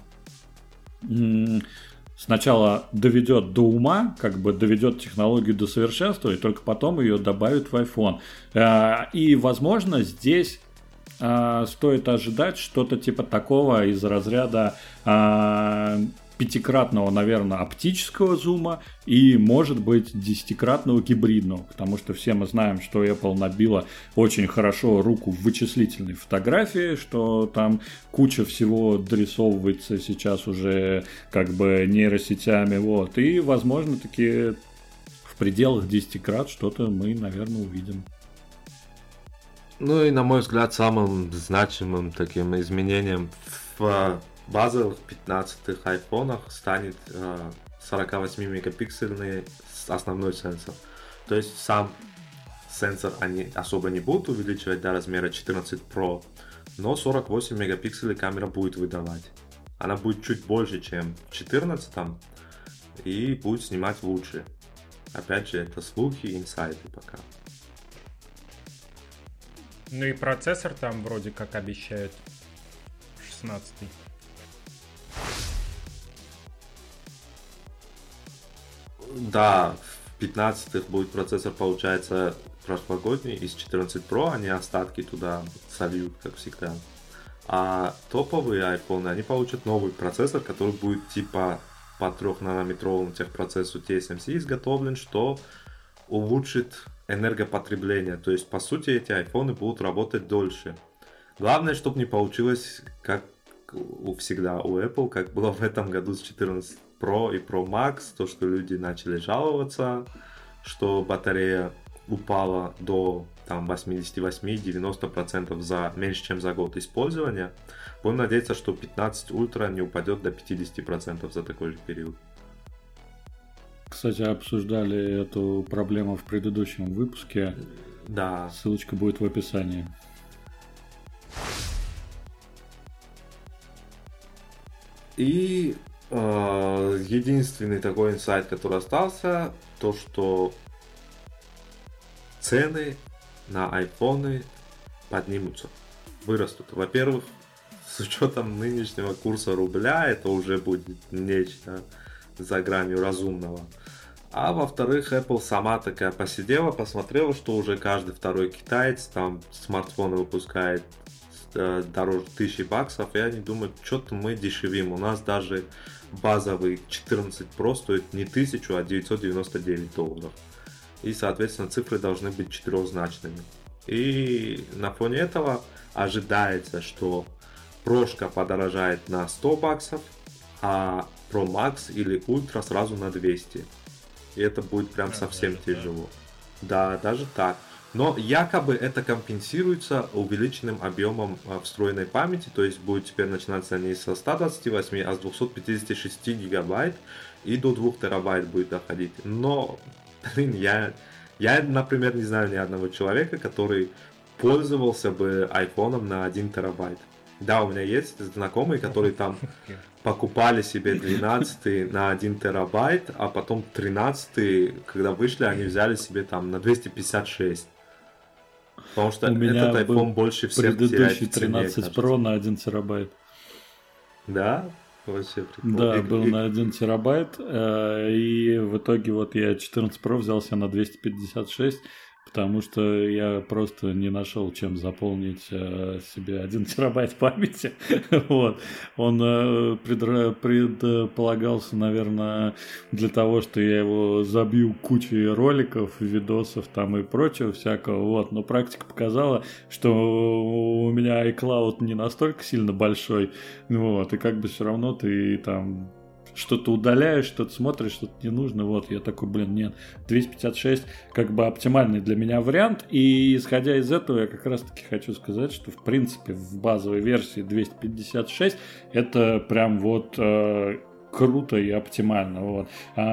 сначала доведет до ума, как бы доведет технологию до совершенства, и только потом ее добавит в iPhone. И, возможно, здесь стоит ожидать что-то типа такого из разряда пятикратного, наверное, оптического зума и, может быть, 10-кратного гибридного, потому что все мы знаем, что Apple набила очень хорошо руку в вычислительной фотографии, что там куча всего дорисовывается сейчас уже как бы нейросетями, вот, и, возможно, таки в пределах 10 крат что-то мы, наверное, увидим. Ну и, на мой взгляд, самым значимым таким изменением в базовых 15-х айфонах станет 48-мегапиксельный основной сенсор. То есть сам сенсор они особо не будут увеличивать до размера 14 Pro, но 48 мегапикселей камера будет выдавать. Она будет чуть больше, чем в 14 и будет снимать лучше. Опять же, это слухи, инсайды пока. Ну и процессор там вроде как обещают 16-й. Да, в 15-х будет процессор, получается, прошлогодний из 14 Pro, они остатки туда сольют, как всегда. А топовые iPhone, они получат новый процессор, который будет типа по 3-нанометровому техпроцессу TSMC изготовлен, что улучшит энергопотребление. То есть, по сути, эти айфоны будут работать дольше. Главное, чтобы не получилось, как всегда у Apple, как было в этом году с 14 Pro и Pro Max, то, что люди начали жаловаться, что батарея упала до 88-90% за меньше, чем за год использования. Будем надеяться, что 15 Ultra не упадет до 50% за такой же период. Кстати, обсуждали эту проблему в предыдущем выпуске. Да. Ссылочка будет в описании. И единственный такой инсайт, который остался, то что цены на айфоны поднимутся. вырастут. Во-первых, с учетом нынешнего курса рубля, это уже будет нечто за гранью разумного. А во-вторых, Apple сама такая посидела, посмотрела, что уже каждый второй китаец там смартфоны выпускает дороже $1000, и они думают, что-то мы дешевим. У нас даже базовый 14 Pro стоит не 1000, а $999. И, соответственно, цифры должны быть четырехзначными. И на фоне этого ожидается, что Прошка подорожает на $100, а Pro Max или Ultra сразу на 200. И это будет прям совсем тяжело. Да, даже так. Но якобы это компенсируется увеличенным объемом встроенной памяти, то есть будет теперь начинаться не со 128, а с 256 гигабайт и до 2 терабайт будет доходить. Но, блин, я, например, не знаю ни одного человека, который пользовался бы айфоном на 1 терабайт. Да, у меня есть знакомые, которые там покупали себе 12 на 1 терабайт, а потом 13, когда вышли, они взяли себе там на 256. Потому что этот iPhone больше всех теряет в цене. Предыдущий 13 Pro на 1 терабайт. Да? Вообще прикольно. Да, был на 1 терабайт, и в итоге вот я 14 Pro взялся на 256, потому что я просто не нашел, чем заполнить себе 1 терабайт памяти. Вот. Он предполагался, наверное, для того, что я его забью кучей роликов, видосов там и прочего всякого. Вот. Но практика показала, что у меня iCloud не настолько сильно большой. Вот. И как бы все равно ты там что-то удаляешь, что-то смотришь, что-то не нужно. Вот, я такой, блин, нет, 256 как бы оптимальный для меня вариант. И исходя из этого, я как раз-таки хочу сказать, что в принципе в базовой версии 256 это прям вот круто и оптимально. Вот.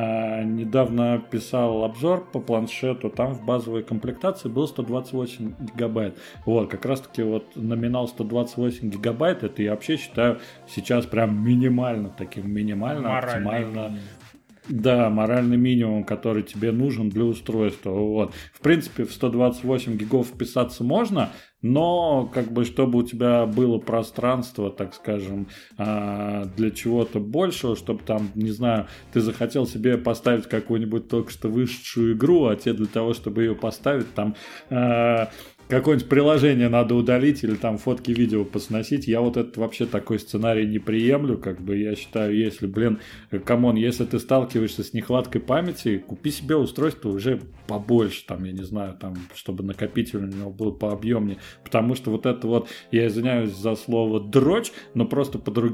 Недавно писал обзор по планшету, там в базовой комплектации был 128 гигабайт. Вот, как раз таки вот номинал 128 гигабайт, это я вообще считаю сейчас прям минимально, таким минимально, оптимально. Да, моральный минимум, который тебе нужен для устройства. Вот. В принципе, в 128 гигов вписаться можно, но как бы чтобы у тебя было пространство, так скажем, для чего-то большего, чтобы там, не знаю, ты захотел себе поставить какую-нибудь только что вышедшую игру, а тебе для того, чтобы ее поставить, там какое-нибудь приложение надо удалить или там фотки, видео посносить. Я вот этот вообще такой сценарий не приемлю. Как бы я считаю, если, камон, если ты сталкиваешься с нехваткой памяти, купи себе устройство уже побольше, там, я не знаю, там, чтобы накопитель у него был пообъемнее. Потому что вот это вот, я извиняюсь за слово дрочь, но просто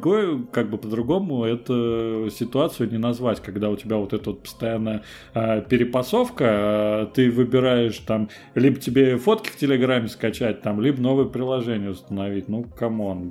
по-другому эту ситуацию не назвать, когда у тебя вот эта вот постоянная перепасовка, ты выбираешь там, либо тебе фотки в Телеграме скачать, там, либо новое приложение установить. Ну, камон.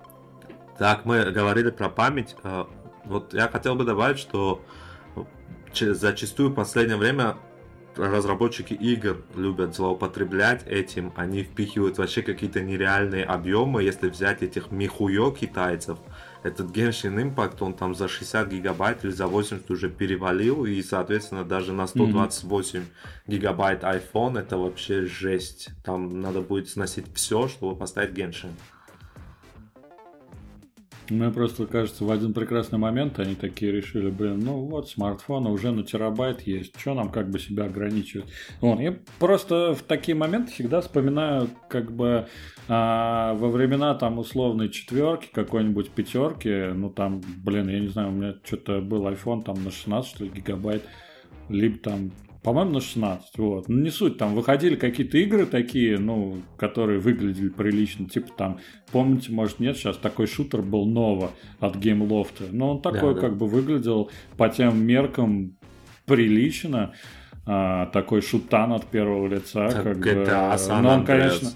Так, мы говорили про память. Вот я хотел бы добавить, что зачастую в последнее время разработчики игр любят злоупотреблять этим. Они впихивают вообще какие-то нереальные объемы. Если взять этих михуё китайцев, этот Genshin Impact, он там за 60 гигабайт или за 80 уже перевалил, и, соответственно, даже на 128 гигабайт iPhone это вообще жесть. Там надо будет сносить все, чтобы поставить Genshin. Мне просто кажется, в один прекрасный момент они такие решили, ну вот, смартфоны уже на терабайт есть, что нам как бы себя ограничивать? Вот, я просто в такие моменты всегда вспоминаю как бы во времена там условной четверки, какой-нибудь пятерки, ну там, я не знаю, у меня что-то был iPhone там на 16 что ли гигабайт, либо там, по-моему, на 16, вот. Ну, не суть, там выходили какие-то игры такие, ну, которые выглядели прилично, типа там, помните, может, нет, сейчас такой шутер был Nova от Gameloft, но он такой как бы выглядел по тем меркам прилично, такой шутан от первого лица, как GTA, бы, но он, конечно...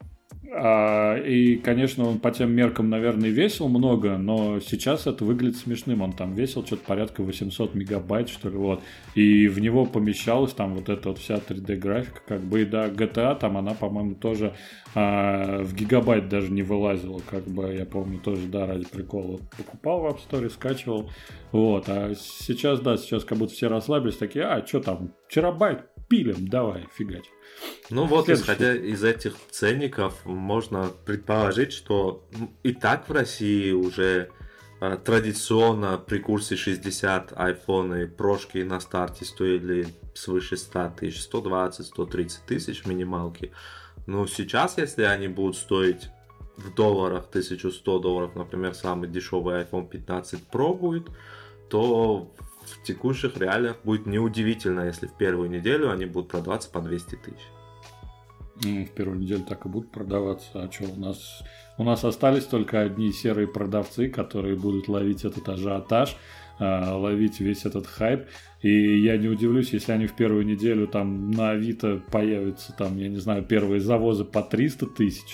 И, конечно, он по тем меркам, наверное, весил много, но сейчас это выглядит смешным. Он там весил что-то порядка 800 мегабайт, что ли, вот. И в него помещалась там вот эта вот вся 3D-графика, как бы, и да, GTA там, она, по-моему, тоже в гигабайт даже не вылазила, как бы, я помню, тоже, да, ради прикола покупал в App Store, скачивал, вот. А сейчас, да, сейчас как будто все расслабились, такие, что там, терабайт, пилим, давай, фигач. Ну вот, исходя из этих ценников, можно предположить, что и так в России уже традиционно при курсе 60 айфоны прошки на старте стоили свыше 100 тысяч, 120, 130 тысяч минималки. Но сейчас, если они будут стоить в долларах $1100, например, самый дешевый iPhone 15 Pro будет, то в текущих реалиях будет неудивительно, если в первую неделю они будут продаваться по 200 тысяч. В первую неделю так и будут продаваться. А что у нас остались только одни серые продавцы, которые будут ловить этот ажиотаж, ловить весь этот хайп. И я не удивлюсь, если они в первую неделю там на Авито появятся, там, я не знаю, первые завозы по 300 тысяч,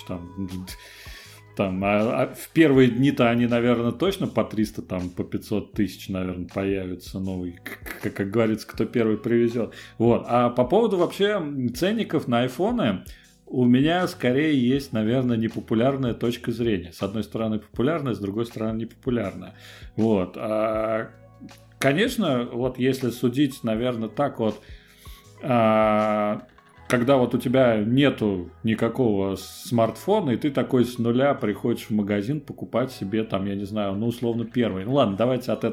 а в первые дни-то они, наверное, точно по 300, там, по 500 тысяч, наверное, появятся. Ну, как говорится, кто первый привезет. Вот. А по поводу вообще ценников на айфоны, у меня скорее есть, наверное, непопулярная точка зрения. С одной стороны популярная, с другой стороны непопулярная. Вот. Конечно, вот если судить, наверное, так вот, когда вот у тебя нету никакого смартфона, и ты такой с нуля приходишь в магазин покупать себе там, я не знаю, ну, условно, первый. Ну, ладно, давайте от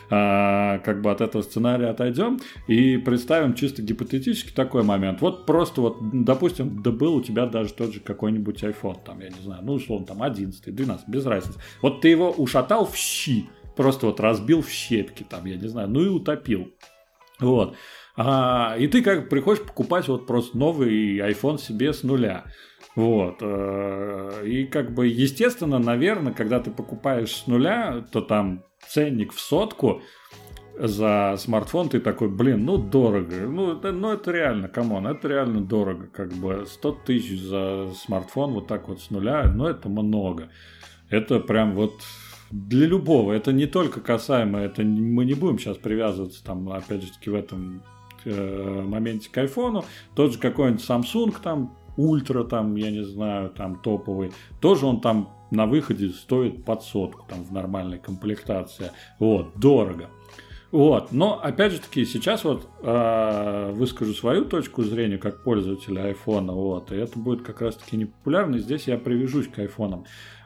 этого сценария отойдем и представим чисто гипотетически такой момент. Вот просто вот, допустим, да был у тебя даже тот же какой-нибудь iPhone, там, я не знаю, ну, условно, там, 11, 12, без разницы. Вот ты его ушатал в щи, просто вот разбил в щепки, там, я не знаю, ну и утопил. Вот. И ты как приходишь покупать вот просто новый iPhone себе с нуля. Вот. И как бы, естественно, наверное, когда ты покупаешь с нуля, то там ценник в 100 за смартфон, ты такой, блин, ну дорого. Ну это реально, камон, это реально дорого. Как бы 100 тысяч за смартфон вот так вот с нуля, ну это много. Это прям вот... Для любого, это не только касаемо, это мы не будем сейчас привязываться там, опять же таки, в этом моменте к айфону. Тот же какой-нибудь Samsung там, ультра там, я не знаю, там топовый, тоже он там на выходе стоит под 100 там в нормальной комплектации. Вот, дорого. Вот, но опять же таки сейчас вот выскажу свою точку зрения как пользователя айфона, вот, и это будет как раз таки непопулярно, и здесь я привяжусь к айфонам.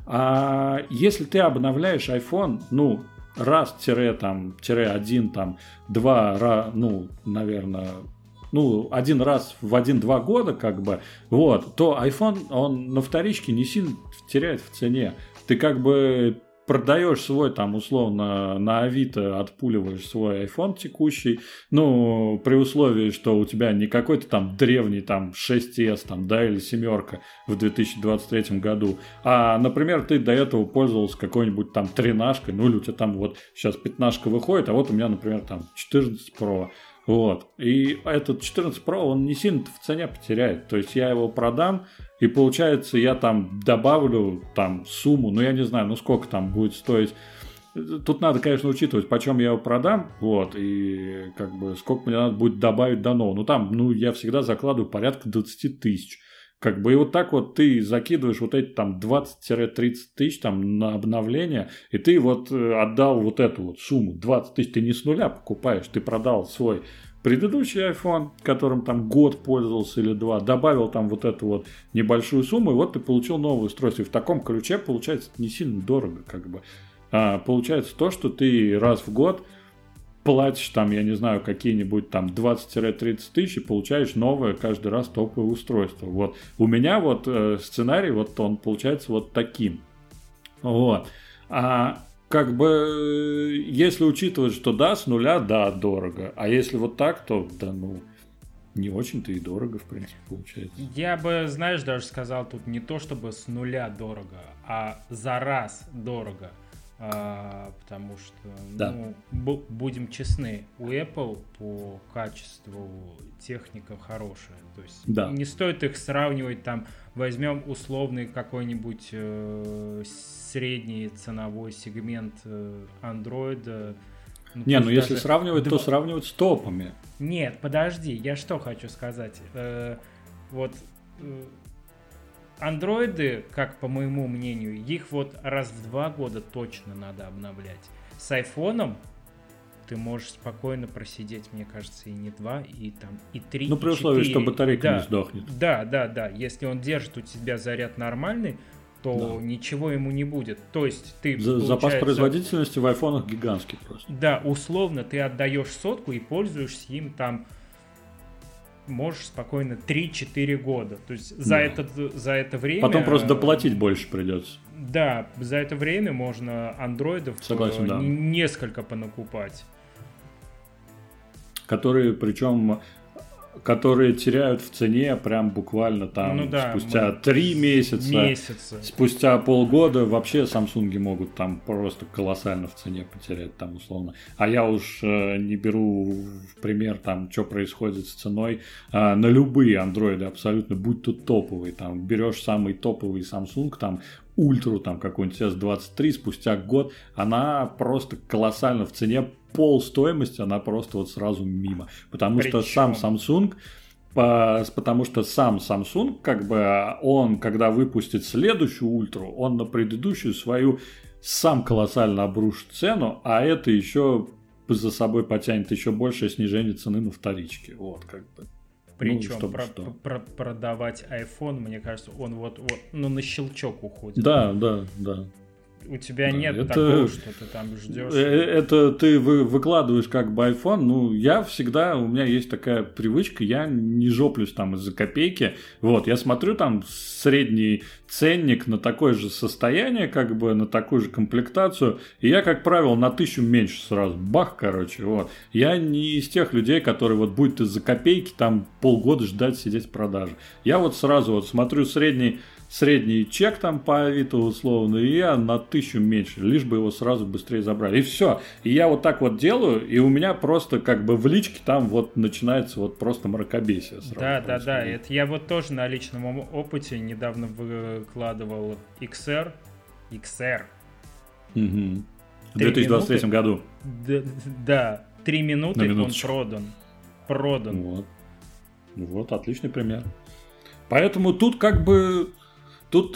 Если ты обновляешь iPhone, ну, раз-один, там, два, ну, наверное, ну, один раз в 1-2 года, как бы, вот, то iPhone, он на вторичке не сильно теряет в цене. Ты как бы продаешь свой, там, условно, на Авито отпуливаешь свой iPhone текущий, ну, при условии, что у тебя не какой-то там древний, там, 6s, там, да, или 7 в 2023 году, а, например, ты до этого пользовался какой-нибудь там 13-кой, ну, или у тебя там вот сейчас 15-ка выходит, а вот у меня, например, там 14 Pro, вот, и этот 14 Pro, он не сильно в цене потеряет, то есть я его продам, и получается, я там добавлю там сумму, ну я не знаю, ну сколько там будет стоить. Тут надо, конечно, учитывать, почем я его продам, вот, и как бы сколько мне надо будет добавить до нового. Ну там, ну я всегда закладываю порядка 20 тысяч. Как бы и вот так вот ты закидываешь вот эти там 20-30 тысяч там на обновление, и ты вот отдал вот эту вот сумму 20 тысяч, ты не с нуля покупаешь, ты продал свой предыдущий iPhone, которым там год пользовался или 2, добавил там вот эту вот небольшую сумму, и вот ты получил новое устройство. И в таком ключе получается не сильно дорого, как бы. Получается то, что ты раз в год платишь там, я не знаю, какие-нибудь там 20-30 тысяч и получаешь новое каждый раз топовое устройство. Вот. У меня вот сценарий, вот он получается вот таким. Вот. Как бы, если учитывать, что да, с нуля, да, дорого. А если вот так, то, да, ну, не очень-то и дорого, в принципе, получается. Я бы, знаешь, даже сказал тут не то, чтобы с нуля дорого, а за раз дорого. Потому что, да. Ну, будем честны, у Apple по качеству техника хорошая. То есть да. Не стоит их сравнивать, там, возьмем условный какой-нибудь средний ценовой сегмент Android. Ну, не, ну если сравнивать, то сравнивать с топами. Нет, подожди, я что хочу сказать. Вот... Андроиды, как по моему мнению, их вот раз в 2 года точно надо обновлять. С айфоном ты можешь спокойно просидеть, мне кажется, и не 2, и 3, ну, при условии, что батарейка не сдохнет. Да. Если он держит у тебя заряд нормальный, то ничего ему не будет. То есть ты, запас производительности в айфонах гигантский просто. Да, условно, ты отдаешь 100 и пользуешься им там, можешь спокойно 3-4 года. То есть за это время... Потом просто доплатить больше придется. Да, за это время можно андроидов несколько понакупать. Которые теряют в цене прям буквально там спустя 3 месяца, спустя полгода вообще Samsung могут там просто колоссально в цене потерять там условно. А я уж не беру в пример там, что происходит с ценой на любые андроиды абсолютно, будь то топовый, там берешь самый топовый Samsung, там ультру, там какой-нибудь S23, спустя год она просто колоссально в цене, пол стоимости она просто вот сразу мимо. Потому что сам Samsung, как бы, он, когда выпустит следующую ультру, он на предыдущую свою сам колоссально обрушит цену, а это еще за собой потянет еще большее снижение цены на вторичке. Вот, как бы. Причем продавать iPhone, мне кажется, он вот на щелчок уходит. Да. У тебя нет такого, что ты там ждешь. Это ты выкладываешь как бы iPhone. Ну, у меня есть такая привычка, я не жоплюсь там из-за копейки. Вот, я смотрю там средний ценник на такое же состояние, как бы на такую же комплектацию, и я, как правило, на 1000 меньше сразу. Бах, короче, вот. Я не из тех людей, которые вот будет из-за копейки там полгода ждать сидеть в продаже. Я вот сразу вот смотрю средний чек там по Авито условно, и я на 1000 меньше, лишь бы его сразу быстрее забрали. И все. И я вот так вот делаю, и у меня просто как бы в личке там вот начинается вот просто мракобесие. Да. Это я вот тоже на личном опыте недавно выкладывал XR. Угу. В 2023 году. Да, 3 минуты он продан. Вот, отличный пример. Поэтому тут как бы... Тут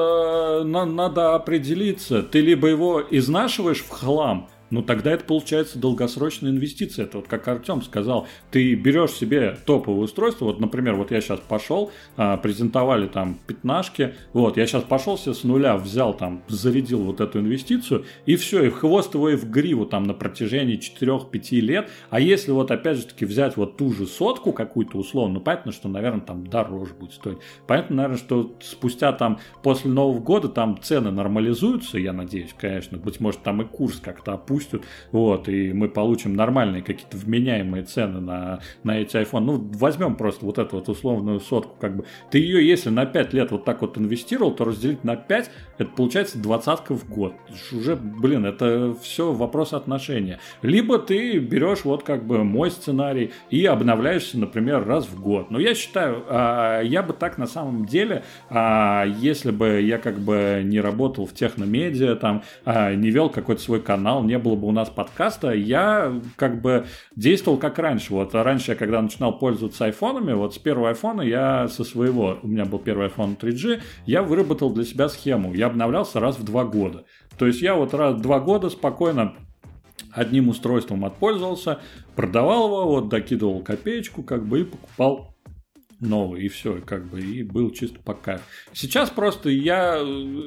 надо определиться, ты либо его изнашиваешь в хлам, ну тогда это получается долгосрочная инвестиция. Это вот как Артем сказал, ты берешь себе топовое устройство, вот, например, вот я сейчас пошел, презентовали там 15-шки, вот, я сейчас пошел себе с нуля, взял там, зарядил вот эту инвестицию, и все, и в хвост его, и в гриву там на протяжении 4-5 лет. А если вот опять же таки взять вот ту же 100 какую-то условно, ну понятно, что, наверное, там дороже будет стоить. Понятно, наверное, что спустя там, после Нового года там цены нормализуются, я надеюсь, конечно, быть может там и курс как-то опустится, вот, и мы получим нормальные какие-то вменяемые цены на эти iPhone. Ну, возьмем просто вот эту вот условную 100, как бы. Ты ее, если на 5 лет вот так вот инвестировал, то разделить на 5, это получается 20 в год. Уже, это все вопрос отношения. Либо ты берешь вот как бы мой сценарий и обновляешься, например, раз в год. Но я считаю, я бы так на самом деле, если бы я как бы не работал в техномедиа, там, не вел какой-то свой канал, не было бы у нас подкаста, я как бы действовал как раньше. Вот раньше я, когда начинал пользоваться айфонами, вот с первого айфона я у меня был первый iPhone 3G, я выработал для себя схему. Я обновлялся раз в 2 года. То есть я вот раз в 2 года спокойно одним устройством отпользовался, продавал его, вот докидывал копеечку, как бы и покупал новый, и все, как бы, и был чисто по кайфу. Сейчас просто я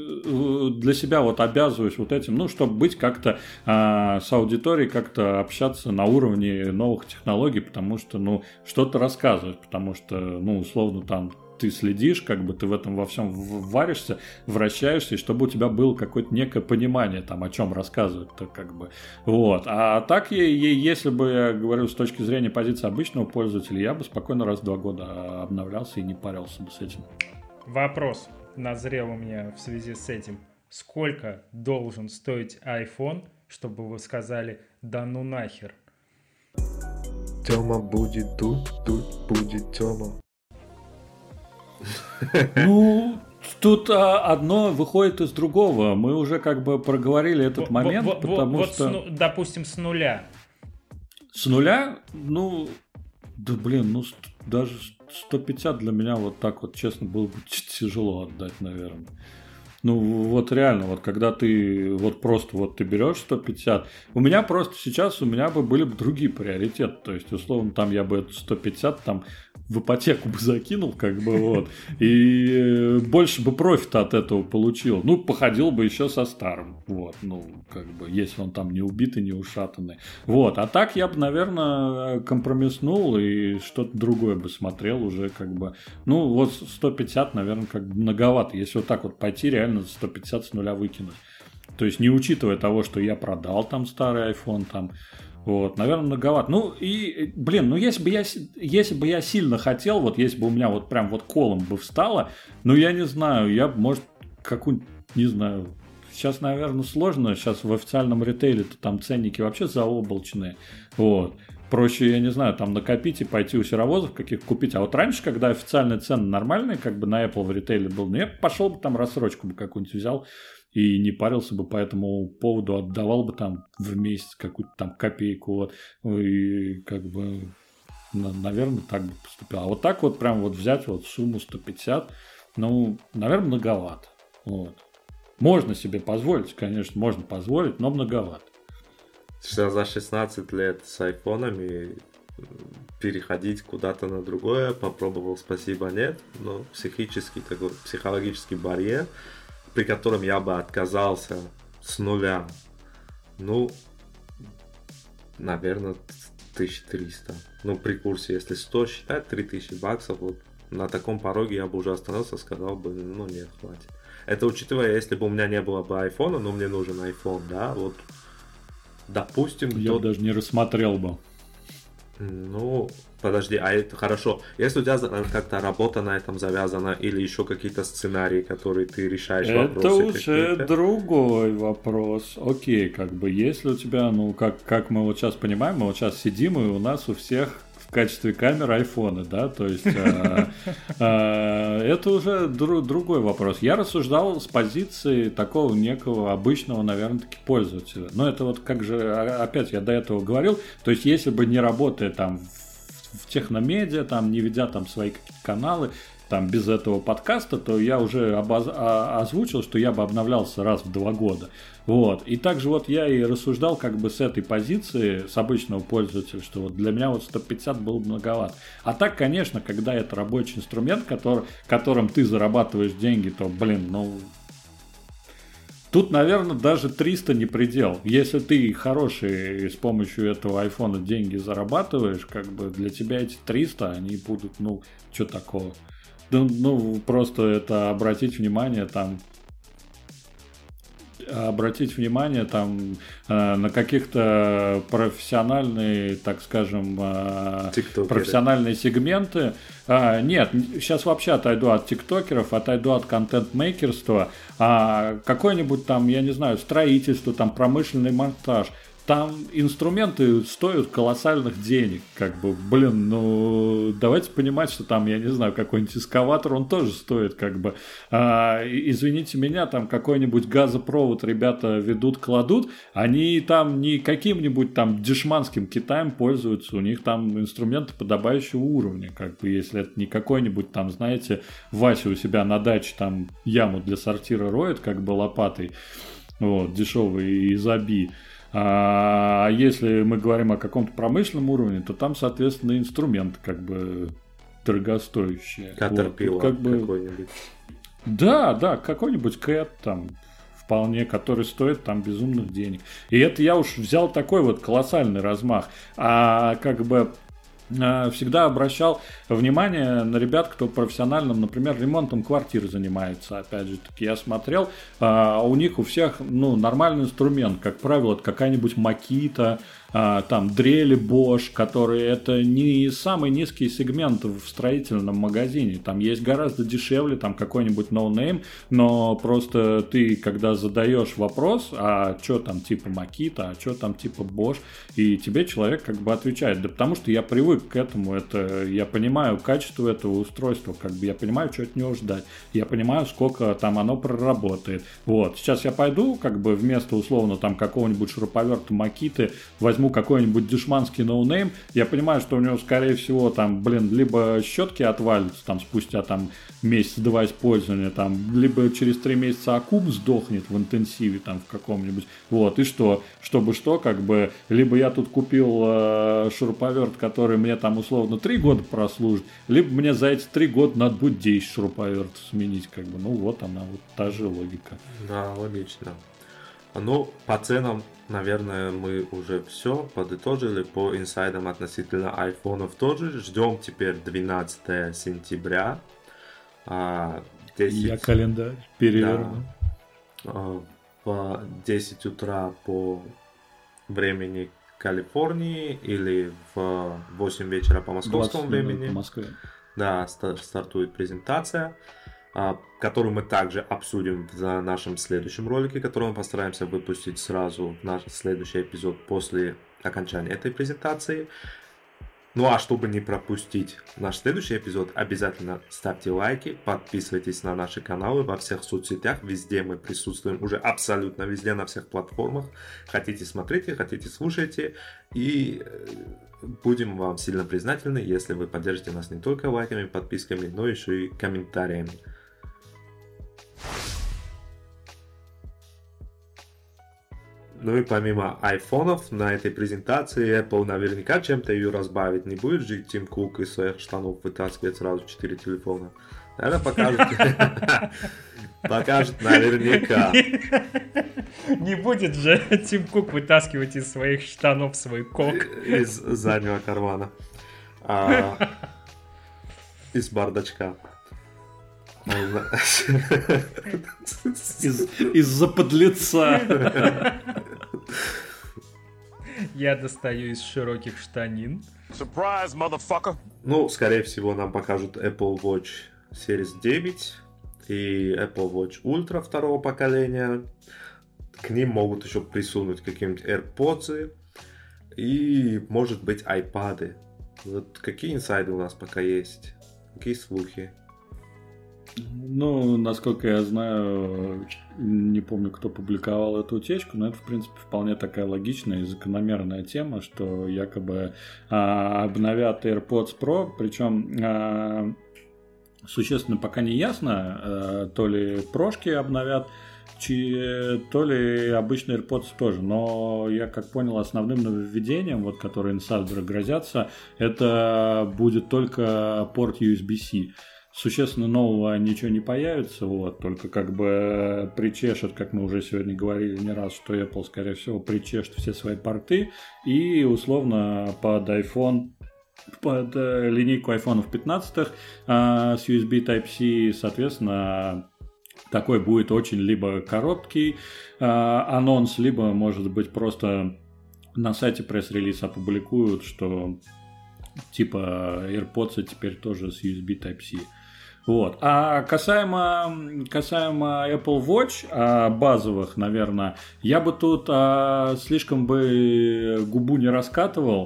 для себя вот обязываюсь вот этим, ну, чтобы быть как-то с аудиторией, как-то общаться на уровне новых технологий, потому что, ну, что-то рассказывать, потому что, ну, условно, там, ты следишь, как бы ты в этом во всем варишься, вращаешься, и чтобы у тебя было какое-то некое понимание, там, о чем рассказывать-то, как бы, вот. А так, если бы, я говорю, с точки зрения позиции обычного пользователя, я бы спокойно раз в 2 года обновлялся и не парился бы с этим. Вопрос назрел у меня в связи с этим. Сколько должен стоить iPhone, чтобы вы сказали, да ну нахер? Тёма будет тут будет Тёма. Ну, тут одно выходит из другого. Мы уже как бы проговорили этот момент, потому что... допустим, с нуля. С нуля? Ну, да блин, ну даже 150 для меня вот так вот, честно, было бы тяжело отдать, наверное. Ну, вот реально, вот когда ты вот просто вот ты берешь 150, у меня просто сейчас, у меня бы были бы другие приоритеты, то есть, условно, там я бы эту 150 там в ипотеку бы закинул, как бы, вот, и больше бы профита от этого получил. Ну, походил бы еще со старым, вот, ну, как бы, если он там не убитый, не ушатанный. Вот, а так я бы, наверное, компромисснул и что-то другое бы смотрел уже, как бы, ну, вот 150, наверное, как бы многовато, если вот так вот пойти, реально за 150 с нуля выкинуть. То есть, не учитывая того, что я продал там старый iPhone, там, вот, наверное, многовато. Ну, и, блин, ну, если бы я сильно хотел, вот, если бы у меня вот прям вот колом бы встало, ну, я не знаю, я бы, может, какую-нибудь, не знаю, сейчас, наверное, сложно, сейчас в официальном ритейле-то там ценники вообще заоблачные, вот. Проще, я не знаю, там накопить и пойти у серовозов каких купить. А вот раньше, когда официальные цены нормальные, как бы на Apple в ритейле был, ну, я пошел бы там рассрочку бы какую-нибудь взял, и не парился бы по этому поводу, отдавал бы там в месяц какую-то там копейку, вот, и как бы, наверное, так бы поступил. А вот так вот прям вот взять вот сумму 150, ну, наверное, многовато. Вот. Можно себе позволить, конечно, можно позволить, но многовато. Что за 16 лет с айфонами переходить куда-то на другое, попробовал, спасибо, нет, но психологический барьер, при котором я бы отказался с нуля, ну, наверное, 1300. Ну, при курсе, если 100 считать, 3000 баксов, вот на таком пороге я бы уже остановился, сказал бы, ну, нет, хватит. Это учитывая, если бы у меня не было бы айфона, но мне нужен iPhone, да, вот, допустим... Я бы даже не рассмотрел бы. Ну, подожди, а это хорошо. Если у тебя как-то работа на этом завязана или еще какие-то сценарии, которые ты решаешь вопросы. Это уже какие-то другой вопрос. Окей, как бы, если у тебя, ну, как мы вот сейчас понимаем, мы вот сейчас сидим, и у нас у всех в качестве камеры айфоны, да, то есть это уже другой вопрос. Я рассуждал с позиции такого некого обычного, наверное, таки пользователя. Но это вот как же, опять я до этого говорил, то есть если бы не работая там в техномедиа, там не ведя там свои какие-то каналы, там без этого подкаста, то я уже озвучил, что я бы обновлялся раз в 2 года. Вот. И также вот я и рассуждал как бы с этой позиции, с обычного пользователя, что вот для меня вот 150 было бы многовато. А так, конечно, когда это рабочий инструмент, которым ты зарабатываешь деньги, то, блин, ну... Тут, наверное, даже 300 не предел. Если ты хороший с помощью этого айфона деньги зарабатываешь, как бы для тебя эти 300, они будут, ну, что такого? Ну, просто это обратить внимание там на каких-то профессиональные, так скажем, профессиональные сегменты. Нет, сейчас вообще отойду от тиктокеров, отойду от контент-мейкерства, какое-нибудь там, я не знаю, строительство, там промышленный монтаж. Там инструменты стоят колоссальных денег, как бы, блин, ну, давайте понимать, что там, я не знаю, какой-нибудь эскаватор, он тоже стоит, как бы, извините меня, там какой-нибудь газопровод ребята ведут, кладут, они там не каким-нибудь там дешманским Китаем пользуются, у них там инструменты подобающего уровня, как бы, если это не какой-нибудь там, знаете, Вася у себя на даче там яму для сортира роет, как бы, лопатой, вот, дешевый из Аби. А если мы говорим о каком-то промышленном уровне, то там, соответственно, инструменты как бы дорогостоящие. Caterpillar как бы... какой-нибудь. Да, какой-нибудь Кэт там вполне, который стоит там безумных денег. И это я уж взял такой вот колоссальный размах. А как бы всегда обращал внимание на ребят, кто профессиональным, например, ремонтом квартир занимается. Опять же таки, я смотрел, у них у всех, ну, нормальный инструмент, как правило, это какая-нибудь Makita, там дрели Bosch, которые это не самый низкий сегмент в строительном магазине. Там есть гораздо дешевле, там какой-нибудь ноунейм, но просто ты, когда задаешь вопрос, а что там типа Makita, а что там типа Bosch, и тебе человек как бы отвечает, да потому что я привык к этому, это я понимаю качество этого устройства, как бы я понимаю, что от него ждать, я понимаю, сколько там оно проработает. Вот, сейчас я пойду, как бы вместо условно там какого-нибудь шуруповерта Makita возьму возьму какой-нибудь дешманский ноунейм, я понимаю, что у него, скорее всего, там, либо щетки отвалятся там спустя там месяц-два использования, там, либо через 3 месяца аккум сдохнет в интенсиве там в каком-нибудь. Вот, и что? Чтобы что, как бы, либо я тут купил шуруповерт, который мне там условно 3 года прослужит, либо мне за эти 3 года надо будет 10 шуруповертов сменить, как бы. Ну, вот она, вот та же логика. Да, логично. Ну, по ценам, наверное, мы уже все подытожили. По инсайдам относительно айфонов тоже. Ждем теперь 12 сентября. 10... Я календарь переверну. Да, в 10 утра по времени Калифорнии или в 8 вечера по московскому времени. По Москве. Да, стартует презентация, которую мы также обсудим в нашем следующем ролике, который мы постараемся выпустить сразу в наш следующий эпизод после окончания этой презентации. Ну а чтобы не пропустить наш следующий эпизод, обязательно ставьте лайки, подписывайтесь на наши каналы во всех соцсетях, везде мы присутствуем, уже абсолютно везде, на всех платформах. Хотите смотрите, хотите слушайте, и будем вам сильно признательны, если вы поддержите нас не только лайками, подписками, но еще и комментариями. Ну и помимо айфонов, на этой презентации Apple наверняка чем-то ее разбавить не будет же Тим Кук из своих штанов вытаскивать сразу 4 телефона. Наверное, покажет наверняка. Не будет же Тим Кук вытаскивать из своих штанов свой кок. Из заднего кармана. Из бардачка. Из-за подлеца. Я достаю из широких штанин. Surprise, motherfucker! Ну, скорее всего, нам покажут Apple Watch Series 9 и Apple Watch Ultra второго поколения. К ним могут еще присунуть какие-нибудь AirPods и, может быть, iPad. Вот какие инсайды у нас пока есть? Какие слухи? Ну, насколько я знаю, не помню, кто публиковал эту утечку, но это, в принципе, вполне такая логичная и закономерная тема, что якобы обновят AirPods Pro, причем существенно пока не ясно, то ли прошки обновят, то ли обычные AirPods тоже, но я как понял, основным нововведением, вот, которые инсайдеры грозятся, это будет только порт USB-C. Существенно нового ничего не появится, вот, только как бы причешет, как мы уже сегодня говорили не раз, что Apple, скорее всего, причешет все свои порты и условно под iPhone, под линейку iPhone 15 с USB Type-C, соответственно, такой будет очень либо короткий анонс, либо, может быть, просто на сайте пресс-релиз опубликуют, что типа AirPods теперь тоже с USB Type-C. Вот. А касаемо Apple Watch базовых, наверное, я бы тут слишком бы губу не раскатывал,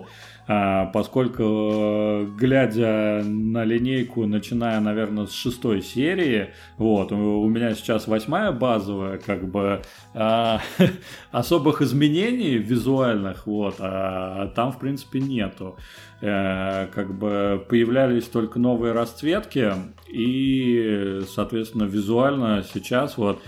поскольку, глядя на линейку, начиная, наверное, с 6 серии, вот, у меня сейчас 8-я базовая, как бы особых изменений визуальных, вот, там, в принципе, нету. Как бы появлялись только новые расцветки, и, соответственно, визуально сейчас вот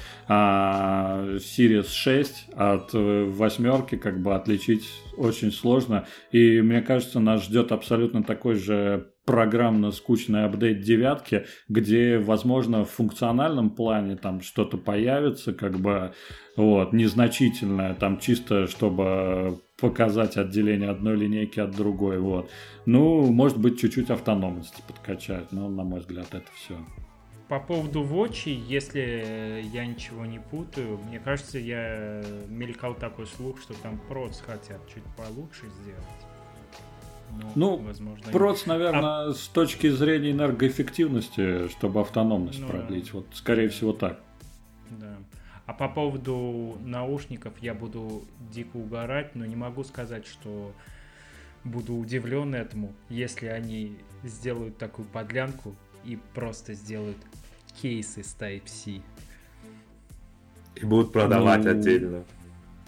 Series 6 от 8 как бы отличить очень сложно, и мне кажется, нас ждет абсолютно такой же программно-скучный апдейт 9, где, возможно, в функциональном плане там что-то появится, как бы, вот, незначительное, там чисто, чтобы показать отделение одной линейки от другой, вот. Ну, может быть, чуть-чуть автономности подкачать, но, на мой взгляд, это все. По поводу Watch, если я ничего не путаю, мне кажется, я мелькал такой слух, что там проц хотят чуть получше сделать. Ну, возможно, проц, наверное, с точки зрения энергоэффективности, чтобы автономность продлить. Вот, скорее всего, так. Да. А по поводу наушников я буду дико угорать, но не могу сказать, что буду удивлен этому, если они сделают такую подлянку и просто сделают кейсы с Type-C. И будут продавать отдельно.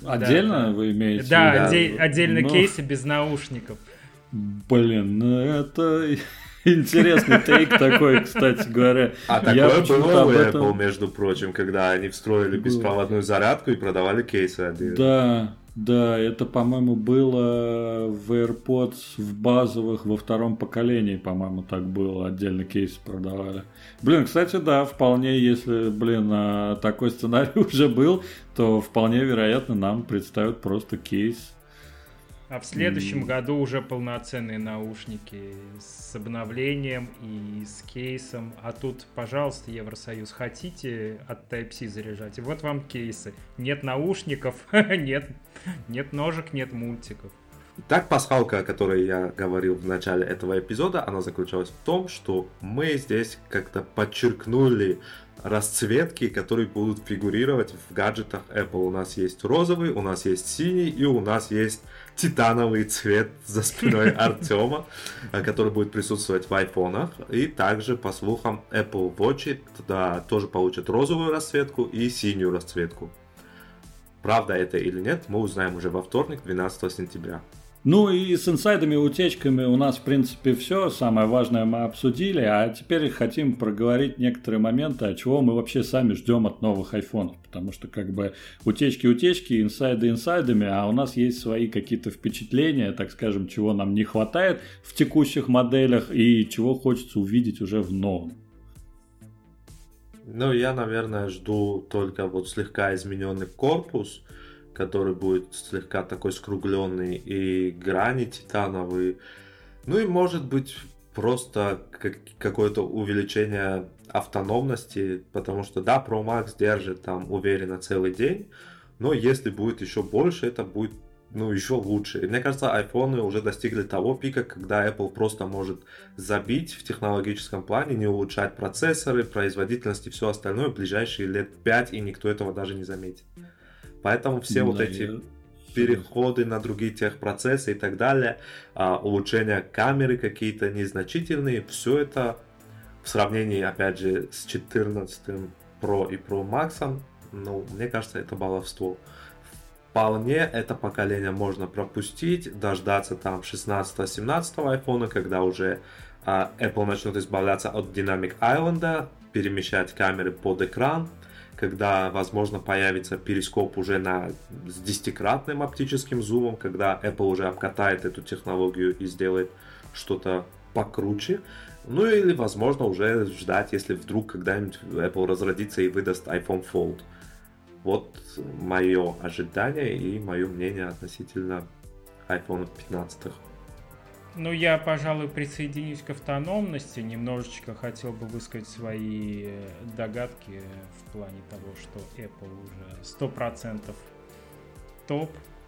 Отдельно да. вы имеете? Да, Да. отдельно Ну. кейсы без наушников. Блин, ну это интересный тейк такой, кстати говоря. А Я такое почему-то было об у этом- Apple, между прочим, когда они встроили Было. беспроводную зарядку и продавали кейсы отдельно. Да, да, это, по-моему, было в AirPods в базовых во втором поколении, по-моему, так было, отдельно кейсы продавали. Блин, кстати, да, вполне, если, такой сценарий уже был, то вполне вероятно нам представят просто кейс. А в следующем году уже полноценные наушники с обновлением и с кейсом. А тут, пожалуйста, Евросоюз, хотите от Type-C заряжать? И вот вам кейсы. Нет наушников, нет ножек, нет мультиков. Так, пасхалка, о которой я говорил в начале этого эпизода, она заключалась в том, что мы здесь как-то подчеркнули расцветки, которые будут фигурировать в гаджетах Apple. У нас есть розовый, у нас есть синий и у нас есть титановый цвет за спиной Артема, который будет присутствовать в айфонах. И также, по слухам, Apple Watch тоже получат розовую расцветку и синюю расцветку. Правда это или нет, мы узнаем уже во вторник, 12 сентября. Ну и с инсайдами и утечками у нас, в принципе, все. Самое важное мы обсудили. А теперь хотим проговорить некоторые моменты, от чего мы вообще сами ждем от новых айфонов. Потому что как бы утечки, инсайды инсайдами, а у нас есть свои какие-то впечатления, так скажем, чего нам не хватает в текущих моделях и чего хочется увидеть уже в новом. Ну, я, наверное, жду только вот слегка измененный корпус, который будет слегка такой скругленный, и грани титановые. Ну и может быть просто какое-то увеличение автономности, потому что да, Pro Max держит там уверенно целый день, но если будет еще больше, это будет еще лучше. И мне кажется, айфоны уже достигли того пика, когда Apple просто может забить в технологическом плане, не улучшать процессоры, производительность и все остальное в ближайшие лет 5, и никто этого даже не заметит. Поэтому все вот эти переходы на другие техпроцессы и так далее, улучшения камеры какие-то незначительные, все это в сравнении, опять же, с 14 Pro и Pro Max, мне кажется, это баловство. Вполне это поколение можно пропустить, дождаться там 16-17 айфона, когда уже Apple начнет избавляться от Dynamic Island, перемещать камеры под экран, когда, возможно, появится перископ уже с 10-кратным оптическим зумом, когда Apple уже обкатает эту технологию и сделает что-то покруче. Ну или, возможно, уже ждать, если вдруг когда-нибудь Apple разродится и выдаст iPhone Fold. Вот мое ожидание и мое мнение относительно iPhone 15. Ну, я, пожалуй, присоединюсь к автономности. Немножечко хотел бы высказать свои догадки в плане того, что Apple уже 100% топ.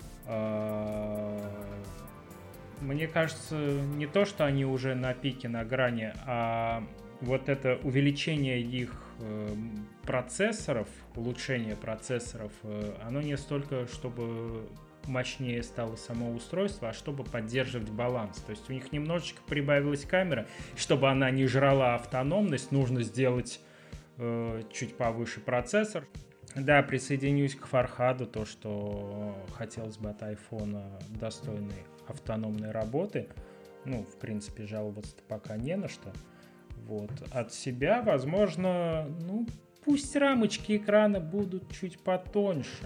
Мне кажется, не то, что они уже на пике, на грани, а вот это увеличение их процессоров, улучшение процессоров, оно не столько, чтобы мощнее стало само устройство, а чтобы поддерживать баланс. То есть у них немножечко прибавилась камера, чтобы она не жрала автономность, нужно сделать чуть повыше процессор. Да, присоединюсь к Фархаду, то, что хотелось бы от айфона достойной автономной работы. Ну, в принципе, жаловаться пока не на что. Вот. От себя, возможно, пусть рамочки экрана будут чуть потоньше.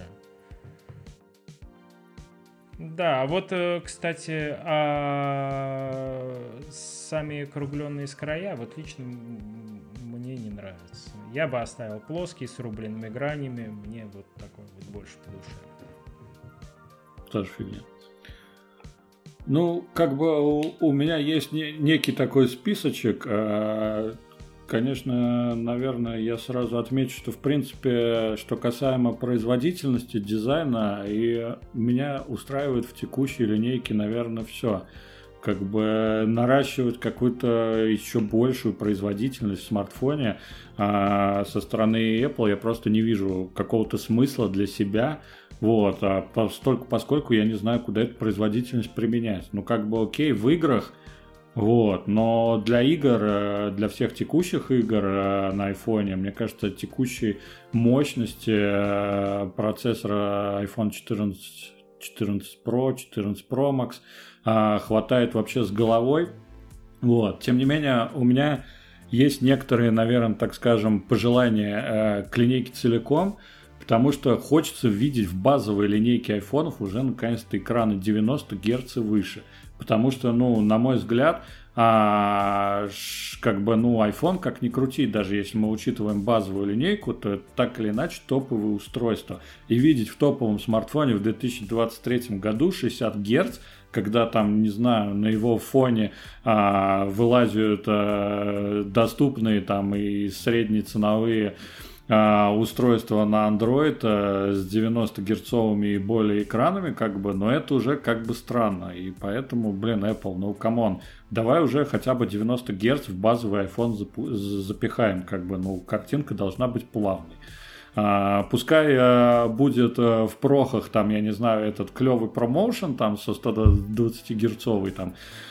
Да, вот, кстати, сами округленные края вот лично мне не нравятся. Я бы оставил плоские с рубленными гранями, мне вот такой вот больше по душе. Тоже фигня. Ну, как бы у меня есть некий такой списочек. Конечно, наверное, я сразу отмечу, что в принципе, что касаемо производительности, дизайна, и меня устраивает в текущей линейке, наверное, все. Как бы наращивать какую-то еще большую производительность в смартфоне со стороны Apple я просто не вижу какого-то смысла для себя. Вот, поскольку я не знаю, куда эту производительность применять. Ну, как бы окей, в играх Вот, но для игр, для всех текущих игр на iPhone, мне кажется, текущей мощности процессора iPhone 14 Pro, 14 Pro Max хватает вообще с головой. Вот, тем не менее, у меня есть некоторые, наверное, так скажем, пожелания к линейке целиком, потому что хочется видеть в базовой линейке айфонов уже наконец-то экраны 90 Гц и выше. Потому что, на мой взгляд, iPhone, как ни крути, даже если мы учитываем базовую линейку, то это так или иначе топовые устройства. И видеть в топовом смартфоне в 2023 году 60 Гц, когда там, не знаю, на его фоне вылазят доступные там и среднеценовые устройства на Android с 90-герцовыми и более экранами, но это уже странно. И поэтому, Apple, камон, давай уже хотя бы 90 Гц в базовый iPhone запихаем, картинка должна быть плавной. Пускай будет в прохах, там, я не знаю, этот клевый промоушен там со 120-герцовый там,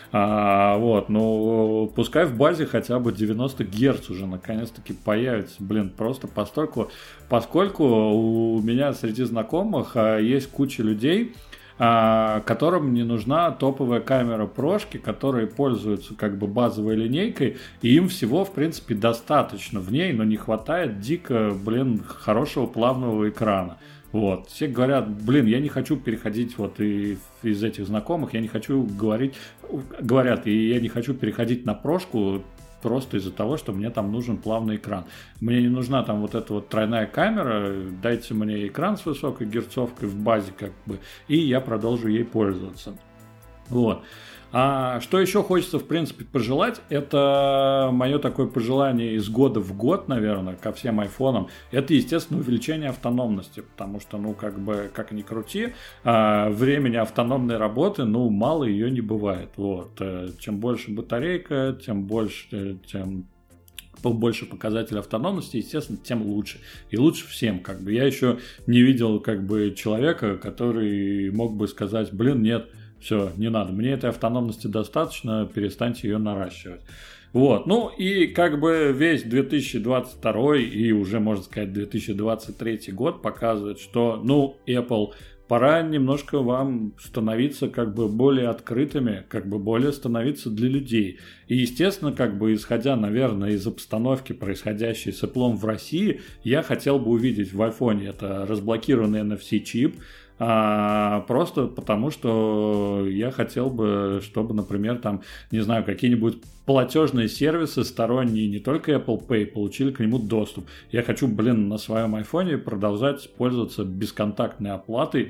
но пускай в базе хотя бы 90 Гц уже наконец-таки появится, просто поскольку у меня среди знакомых есть куча людей, которым не нужна топовая камера прошки, которые пользуются базовой линейкой, и им всего, в принципе, достаточно в ней, но не хватает дико, хорошего плавного экрана. Вот. Все говорят, я не хочу переходить и из этих знакомых, я не хочу говорят, и я не хочу переходить на прошку, просто из-за того, что мне там нужен плавный экран. Мне не нужна там эта тройная камера, дайте мне экран с высокой герцовкой в базе, и я продолжу ей пользоваться. Вот. А что еще хочется, в принципе, пожелать, это мое такое пожелание из года в год, наверное, ко всем айфонам, это, естественно, увеличение автономности, потому что, как ни крути, времени автономной работы, мало ее не бывает. Вот. Чем больше батарейка, тем больше показатель автономности, естественно, тем лучше. И лучше всем. Я еще не видел человека, который мог бы сказать, нет, все, не надо, мне этой автономности достаточно, перестаньте ее наращивать. Вот, и весь 2022 и уже, можно сказать, 2023 год показывает, что, Apple, пора немножко вам становиться более открытыми, более становиться для людей. И, естественно, исходя, наверное, из обстановки, происходящей с Apple в России, я хотел бы увидеть в iPhone это разблокированный NFC-чип, просто потому, что я хотел бы, чтобы, например, там, не знаю, какие-нибудь платежные сервисы сторонние, не только Apple Pay, получили к нему доступ. Я хочу, на своем айфоне продолжать пользоваться бесконтактной оплатой,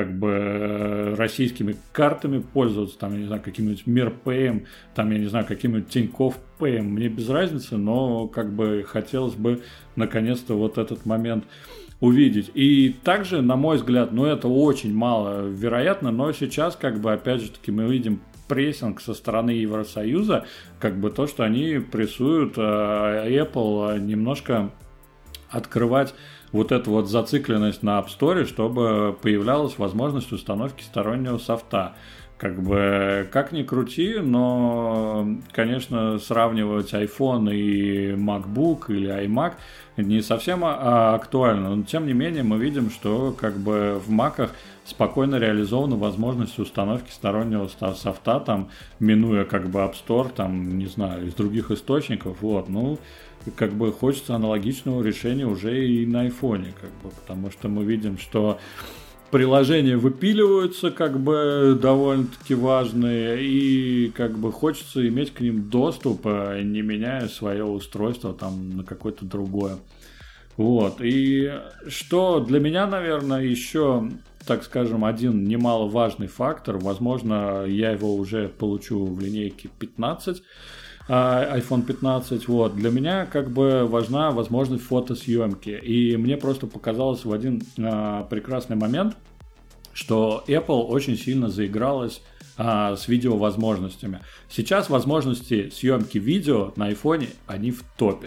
российскими картами пользоваться, там, я не знаю, каким-нибудь Мирпэем, там, я не знаю, каким-нибудь Тинькофф Пэем, мне без разницы, но, хотелось бы, наконец-то, этот момент увидеть. И также, на мой взгляд, это очень мало вероятно, но сейчас, опять же таки, мы видим прессинг со стороны Евросоюза, то, что они прессуют Apple немножко открывать эту зацикленность на App Store, чтобы появлялась возможность установки стороннего софта. Как ни крути, но, конечно, сравнивать iPhone и MacBook или iMac не совсем актуально. Но, тем не менее, мы видим, что в Mac'ах спокойно реализована возможность установки стороннего софта, там, минуя App Store, там, не знаю, из других источников. Вот. Хочется аналогичного решения уже и на iPhone, потому что мы видим, что приложения выпиливаются, довольно-таки важные, и хочется иметь к ним доступ, не меняя свое устройство там на какое-то другое. Вот. И что для меня, наверное, еще, так скажем, один немаловажный фактор, возможно, я его уже получу в линейке 15, iPhone 15, вот, для меня важна возможность фотосъемки, и мне просто показалось в один прекрасный момент, что Apple очень сильно заигралась с видеовозможностями. Сейчас возможности съемки видео на iPhone, они в топе.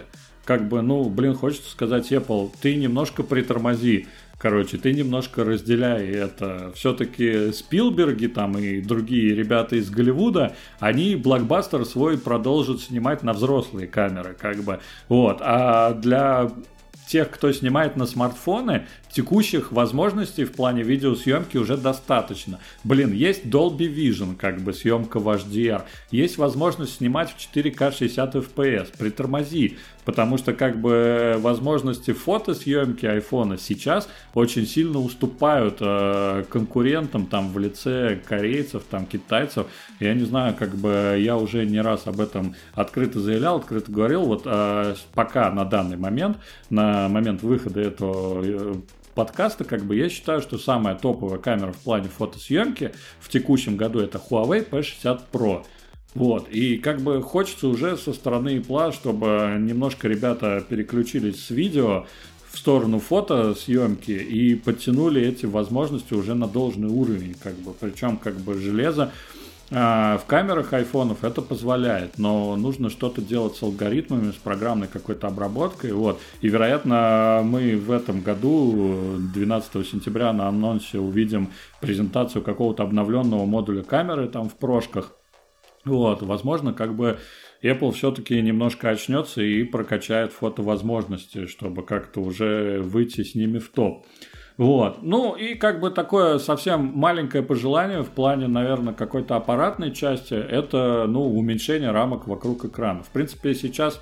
как бы, ну, блин, хочется сказать Apple, ты немножко притормози. Короче, ты немножко разделяй это. Все-таки Спилберги там и другие ребята из Голливуда, они блокбастер свой продолжат снимать на взрослые камеры, как бы. Вот. А для тех, кто снимает на смартфоны, текущих возможностей в плане видеосъемки уже достаточно. Блин, есть Dolby Vision, как бы съемка в HDR. Есть возможность снимать в 4К 60 FPS. Притормози, потому что как бы возможности фотосъемки айфона сейчас очень сильно уступают конкурентам там в лице корейцев, там китайцев. Я не знаю, как бы я уже не раз об этом открыто заявлял, открыто говорил. Вот пока на данный момент, на момент выхода этого подкаста, как бы я считаю, что самая топовая камера в плане фотосъемки в текущем году это Huawei P60 Pro. Вот, и как бы хочется уже со стороны Apple, чтобы немножко ребята переключились с видео в сторону фотосъемки и подтянули эти возможности уже на должный уровень, как бы, причем как бы железо в камерах айфонов это позволяет, но нужно что-то делать с алгоритмами, с программной какой-то обработкой, вот. И, вероятно, мы в этом году, 12 сентября, на анонсе увидим презентацию какого-то обновленного модуля камеры там в прошках. Вот, возможно, как бы Apple все-таки немножко очнется и прокачает фотовозможности, чтобы как-то уже выйти с ними в топ. Вот. Ну и как бы такое совсем маленькое пожелание в плане, наверное, какой-то аппаратной части, это, ну, уменьшение рамок вокруг экрана. В принципе, сейчас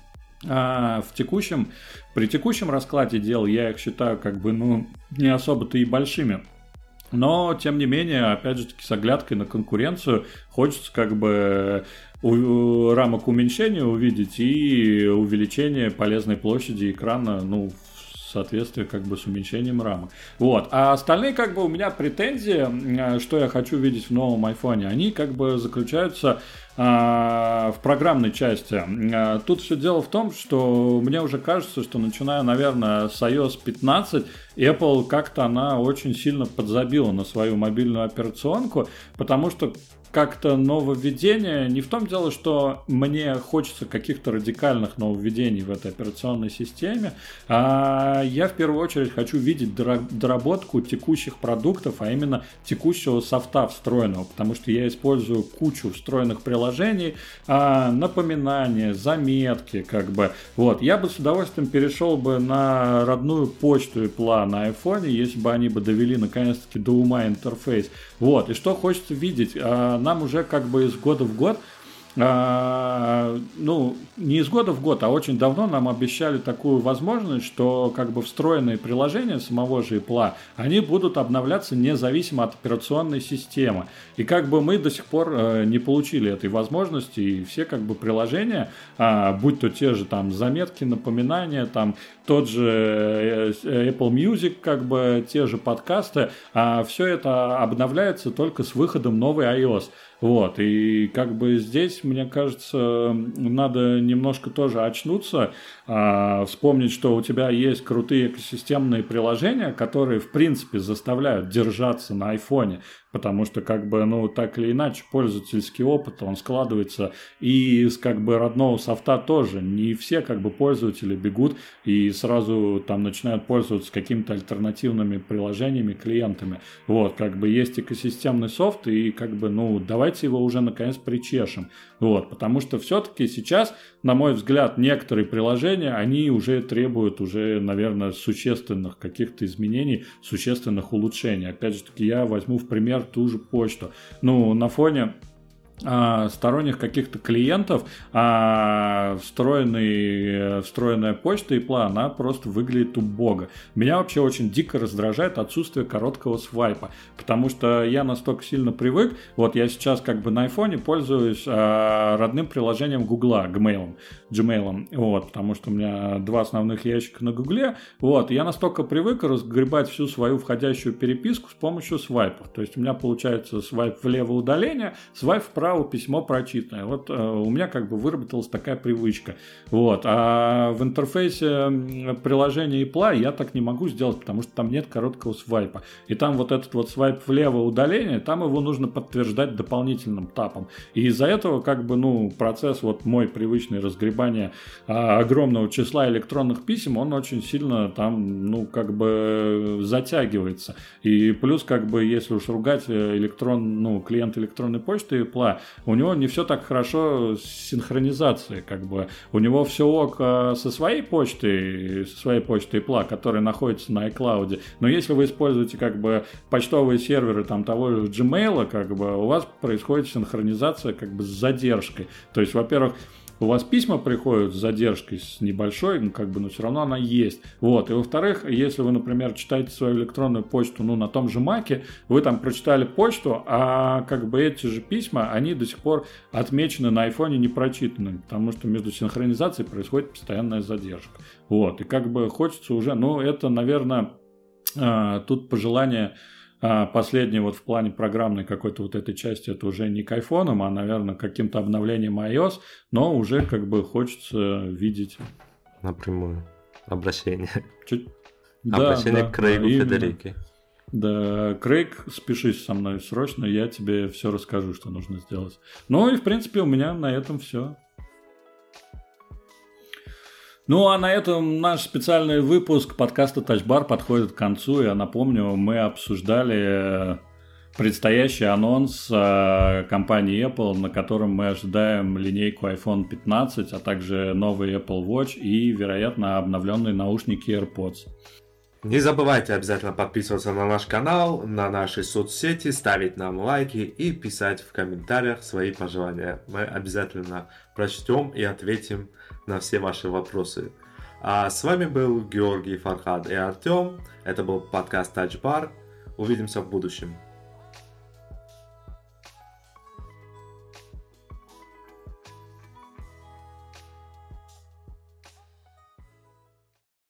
при текущем раскладе дел я их считаю как бы, ну, не особо-то и большими. Но, тем не менее, опять же таки, с оглядкой на конкуренцию хочется как бы рамок уменьшения увидеть и увеличение полезной площади экрана, ну, в соответствии как бы с уменьшением рамок. Вот. А остальные как бы у меня претензии, что я хочу видеть в новом айфоне, они как бы заключаются в программной части. Тут все дело в том, что мне уже кажется, что начиная, наверное, с iOS 15, Apple как-то она очень сильно подзабила на свою мобильную операционку, потому что как-то нововведение, не в том дело, что мне хочется каких-то радикальных нововведений в этой операционной системе, а я в первую очередь хочу видеть доработку текущих продуктов, а именно текущего софта встроенного, потому что я использую кучу встроенных приложений, напоминания, заметки, как бы. Вот. Я бы с удовольствием перешел бы на родную почту Apple на айфоне, если бы они бы довели наконец-таки до ума интерфейс. Вот. И что хочется видеть? Нам уже как бы из года в год, ну, не из года в год, а очень давно нам обещали такую возможность, что как бы встроенные приложения самого же Apple, они будут обновляться независимо от операционной системы. И как бы мы до сих пор не получили этой возможности, и все как бы приложения, будь то те же там заметки, напоминания, там тот же Apple Music, как бы те же подкасты, все это обновляется только с выходом новой iOS. Вот, и как бы здесь, мне кажется, надо немножко тоже очнуться, вспомнить, что у тебя есть крутые экосистемные приложения, которые, в принципе, заставляют держаться на айфоне, потому что, как бы, ну, так или иначе, пользовательский опыт, он складывается и из, как бы, родного софта тоже. Не все, как бы, пользователи бегут и сразу там начинают пользоваться какими-то альтернативными приложениями, клиентами. Вот, как бы, есть экосистемный софт, и, как бы, ну, давайте его уже, наконец, причешем. Вот, потому что все-таки сейчас, на мой взгляд, некоторые приложения, они уже требуют, уже, наверное, существенных каких-то изменений, существенных улучшений. Опять же таки, я возьму в пример ту же почту. Ну, на фоне сторонних каких-то клиентов встроенная почта Apple, она просто выглядит убого. Меня вообще очень дико раздражает отсутствие короткого свайпа, потому что я настолько сильно привык, вот я сейчас как бы на айфоне пользуюсь родным приложением Гугла, Gmail, вот, потому что у меня 2 основных ящика на Гугле, вот, я настолько привык разгребать всю свою входящую переписку с помощью свайпов, то есть у меня получается свайп влево удаление, свайп вправо праву письмо прочитанное. Вот у меня как бы выработалась такая привычка. Вот. А в интерфейсе приложения Apple я так не могу сделать, потому что там нет короткого свайпа. И там вот этот вот свайп влево удаление, там его нужно подтверждать дополнительным тапом. И из-за этого как бы, процесс вот мой привычный разгребания огромного числа электронных писем, он очень сильно там, как бы затягивается. И плюс, как бы, если уж ругать клиент электронной почты Apple, у него не все так хорошо с синхронизацией, как бы. У него все ок со своей почтой Apple, которая находится на iCloud. Но если вы используете, как бы, почтовые серверы там того же Gmail, как бы, у вас происходит синхронизация, как бы, с задержкой. То есть, во-первых, у вас письма приходят с задержкой, с небольшой, но все равно она есть. Вот. И во-вторых, если вы, например, читаете свою электронную почту, на том же Маке, вы там прочитали почту, а как бы эти же письма, они до сих пор отмечены на айфоне непрочитанными, потому что между синхронизацией происходит постоянная задержка. Вот. И как бы хочется уже, это, наверное, тут пожелание последнее вот в плане программной какой-то вот этой части, это уже не к айфонам, а, наверное, каким-то обновлением iOS, но уже как бы хочется видеть напрямую обращение. Обращение к Крейгу Федерике. Да, Крейг, спешись со мной срочно, я тебе все расскажу, что нужно сделать. И, в принципе, у меня на этом все. А на этом наш специальный выпуск подкаста Touch Bar подходит к концу. Я напомню, мы обсуждали предстоящий анонс компании Apple, на котором мы ожидаем линейку iPhone 15, а также новый Apple Watch и, вероятно, обновленные наушники AirPods. Не забывайте обязательно подписываться на наш канал, на наши соцсети, ставить нам лайки и писать в комментариях свои пожелания. Мы обязательно прочтем и ответим на все ваши вопросы. А с вами был Георгий, Фархад и Артем. Это был подкаст Touch Bar. Увидимся в будущем.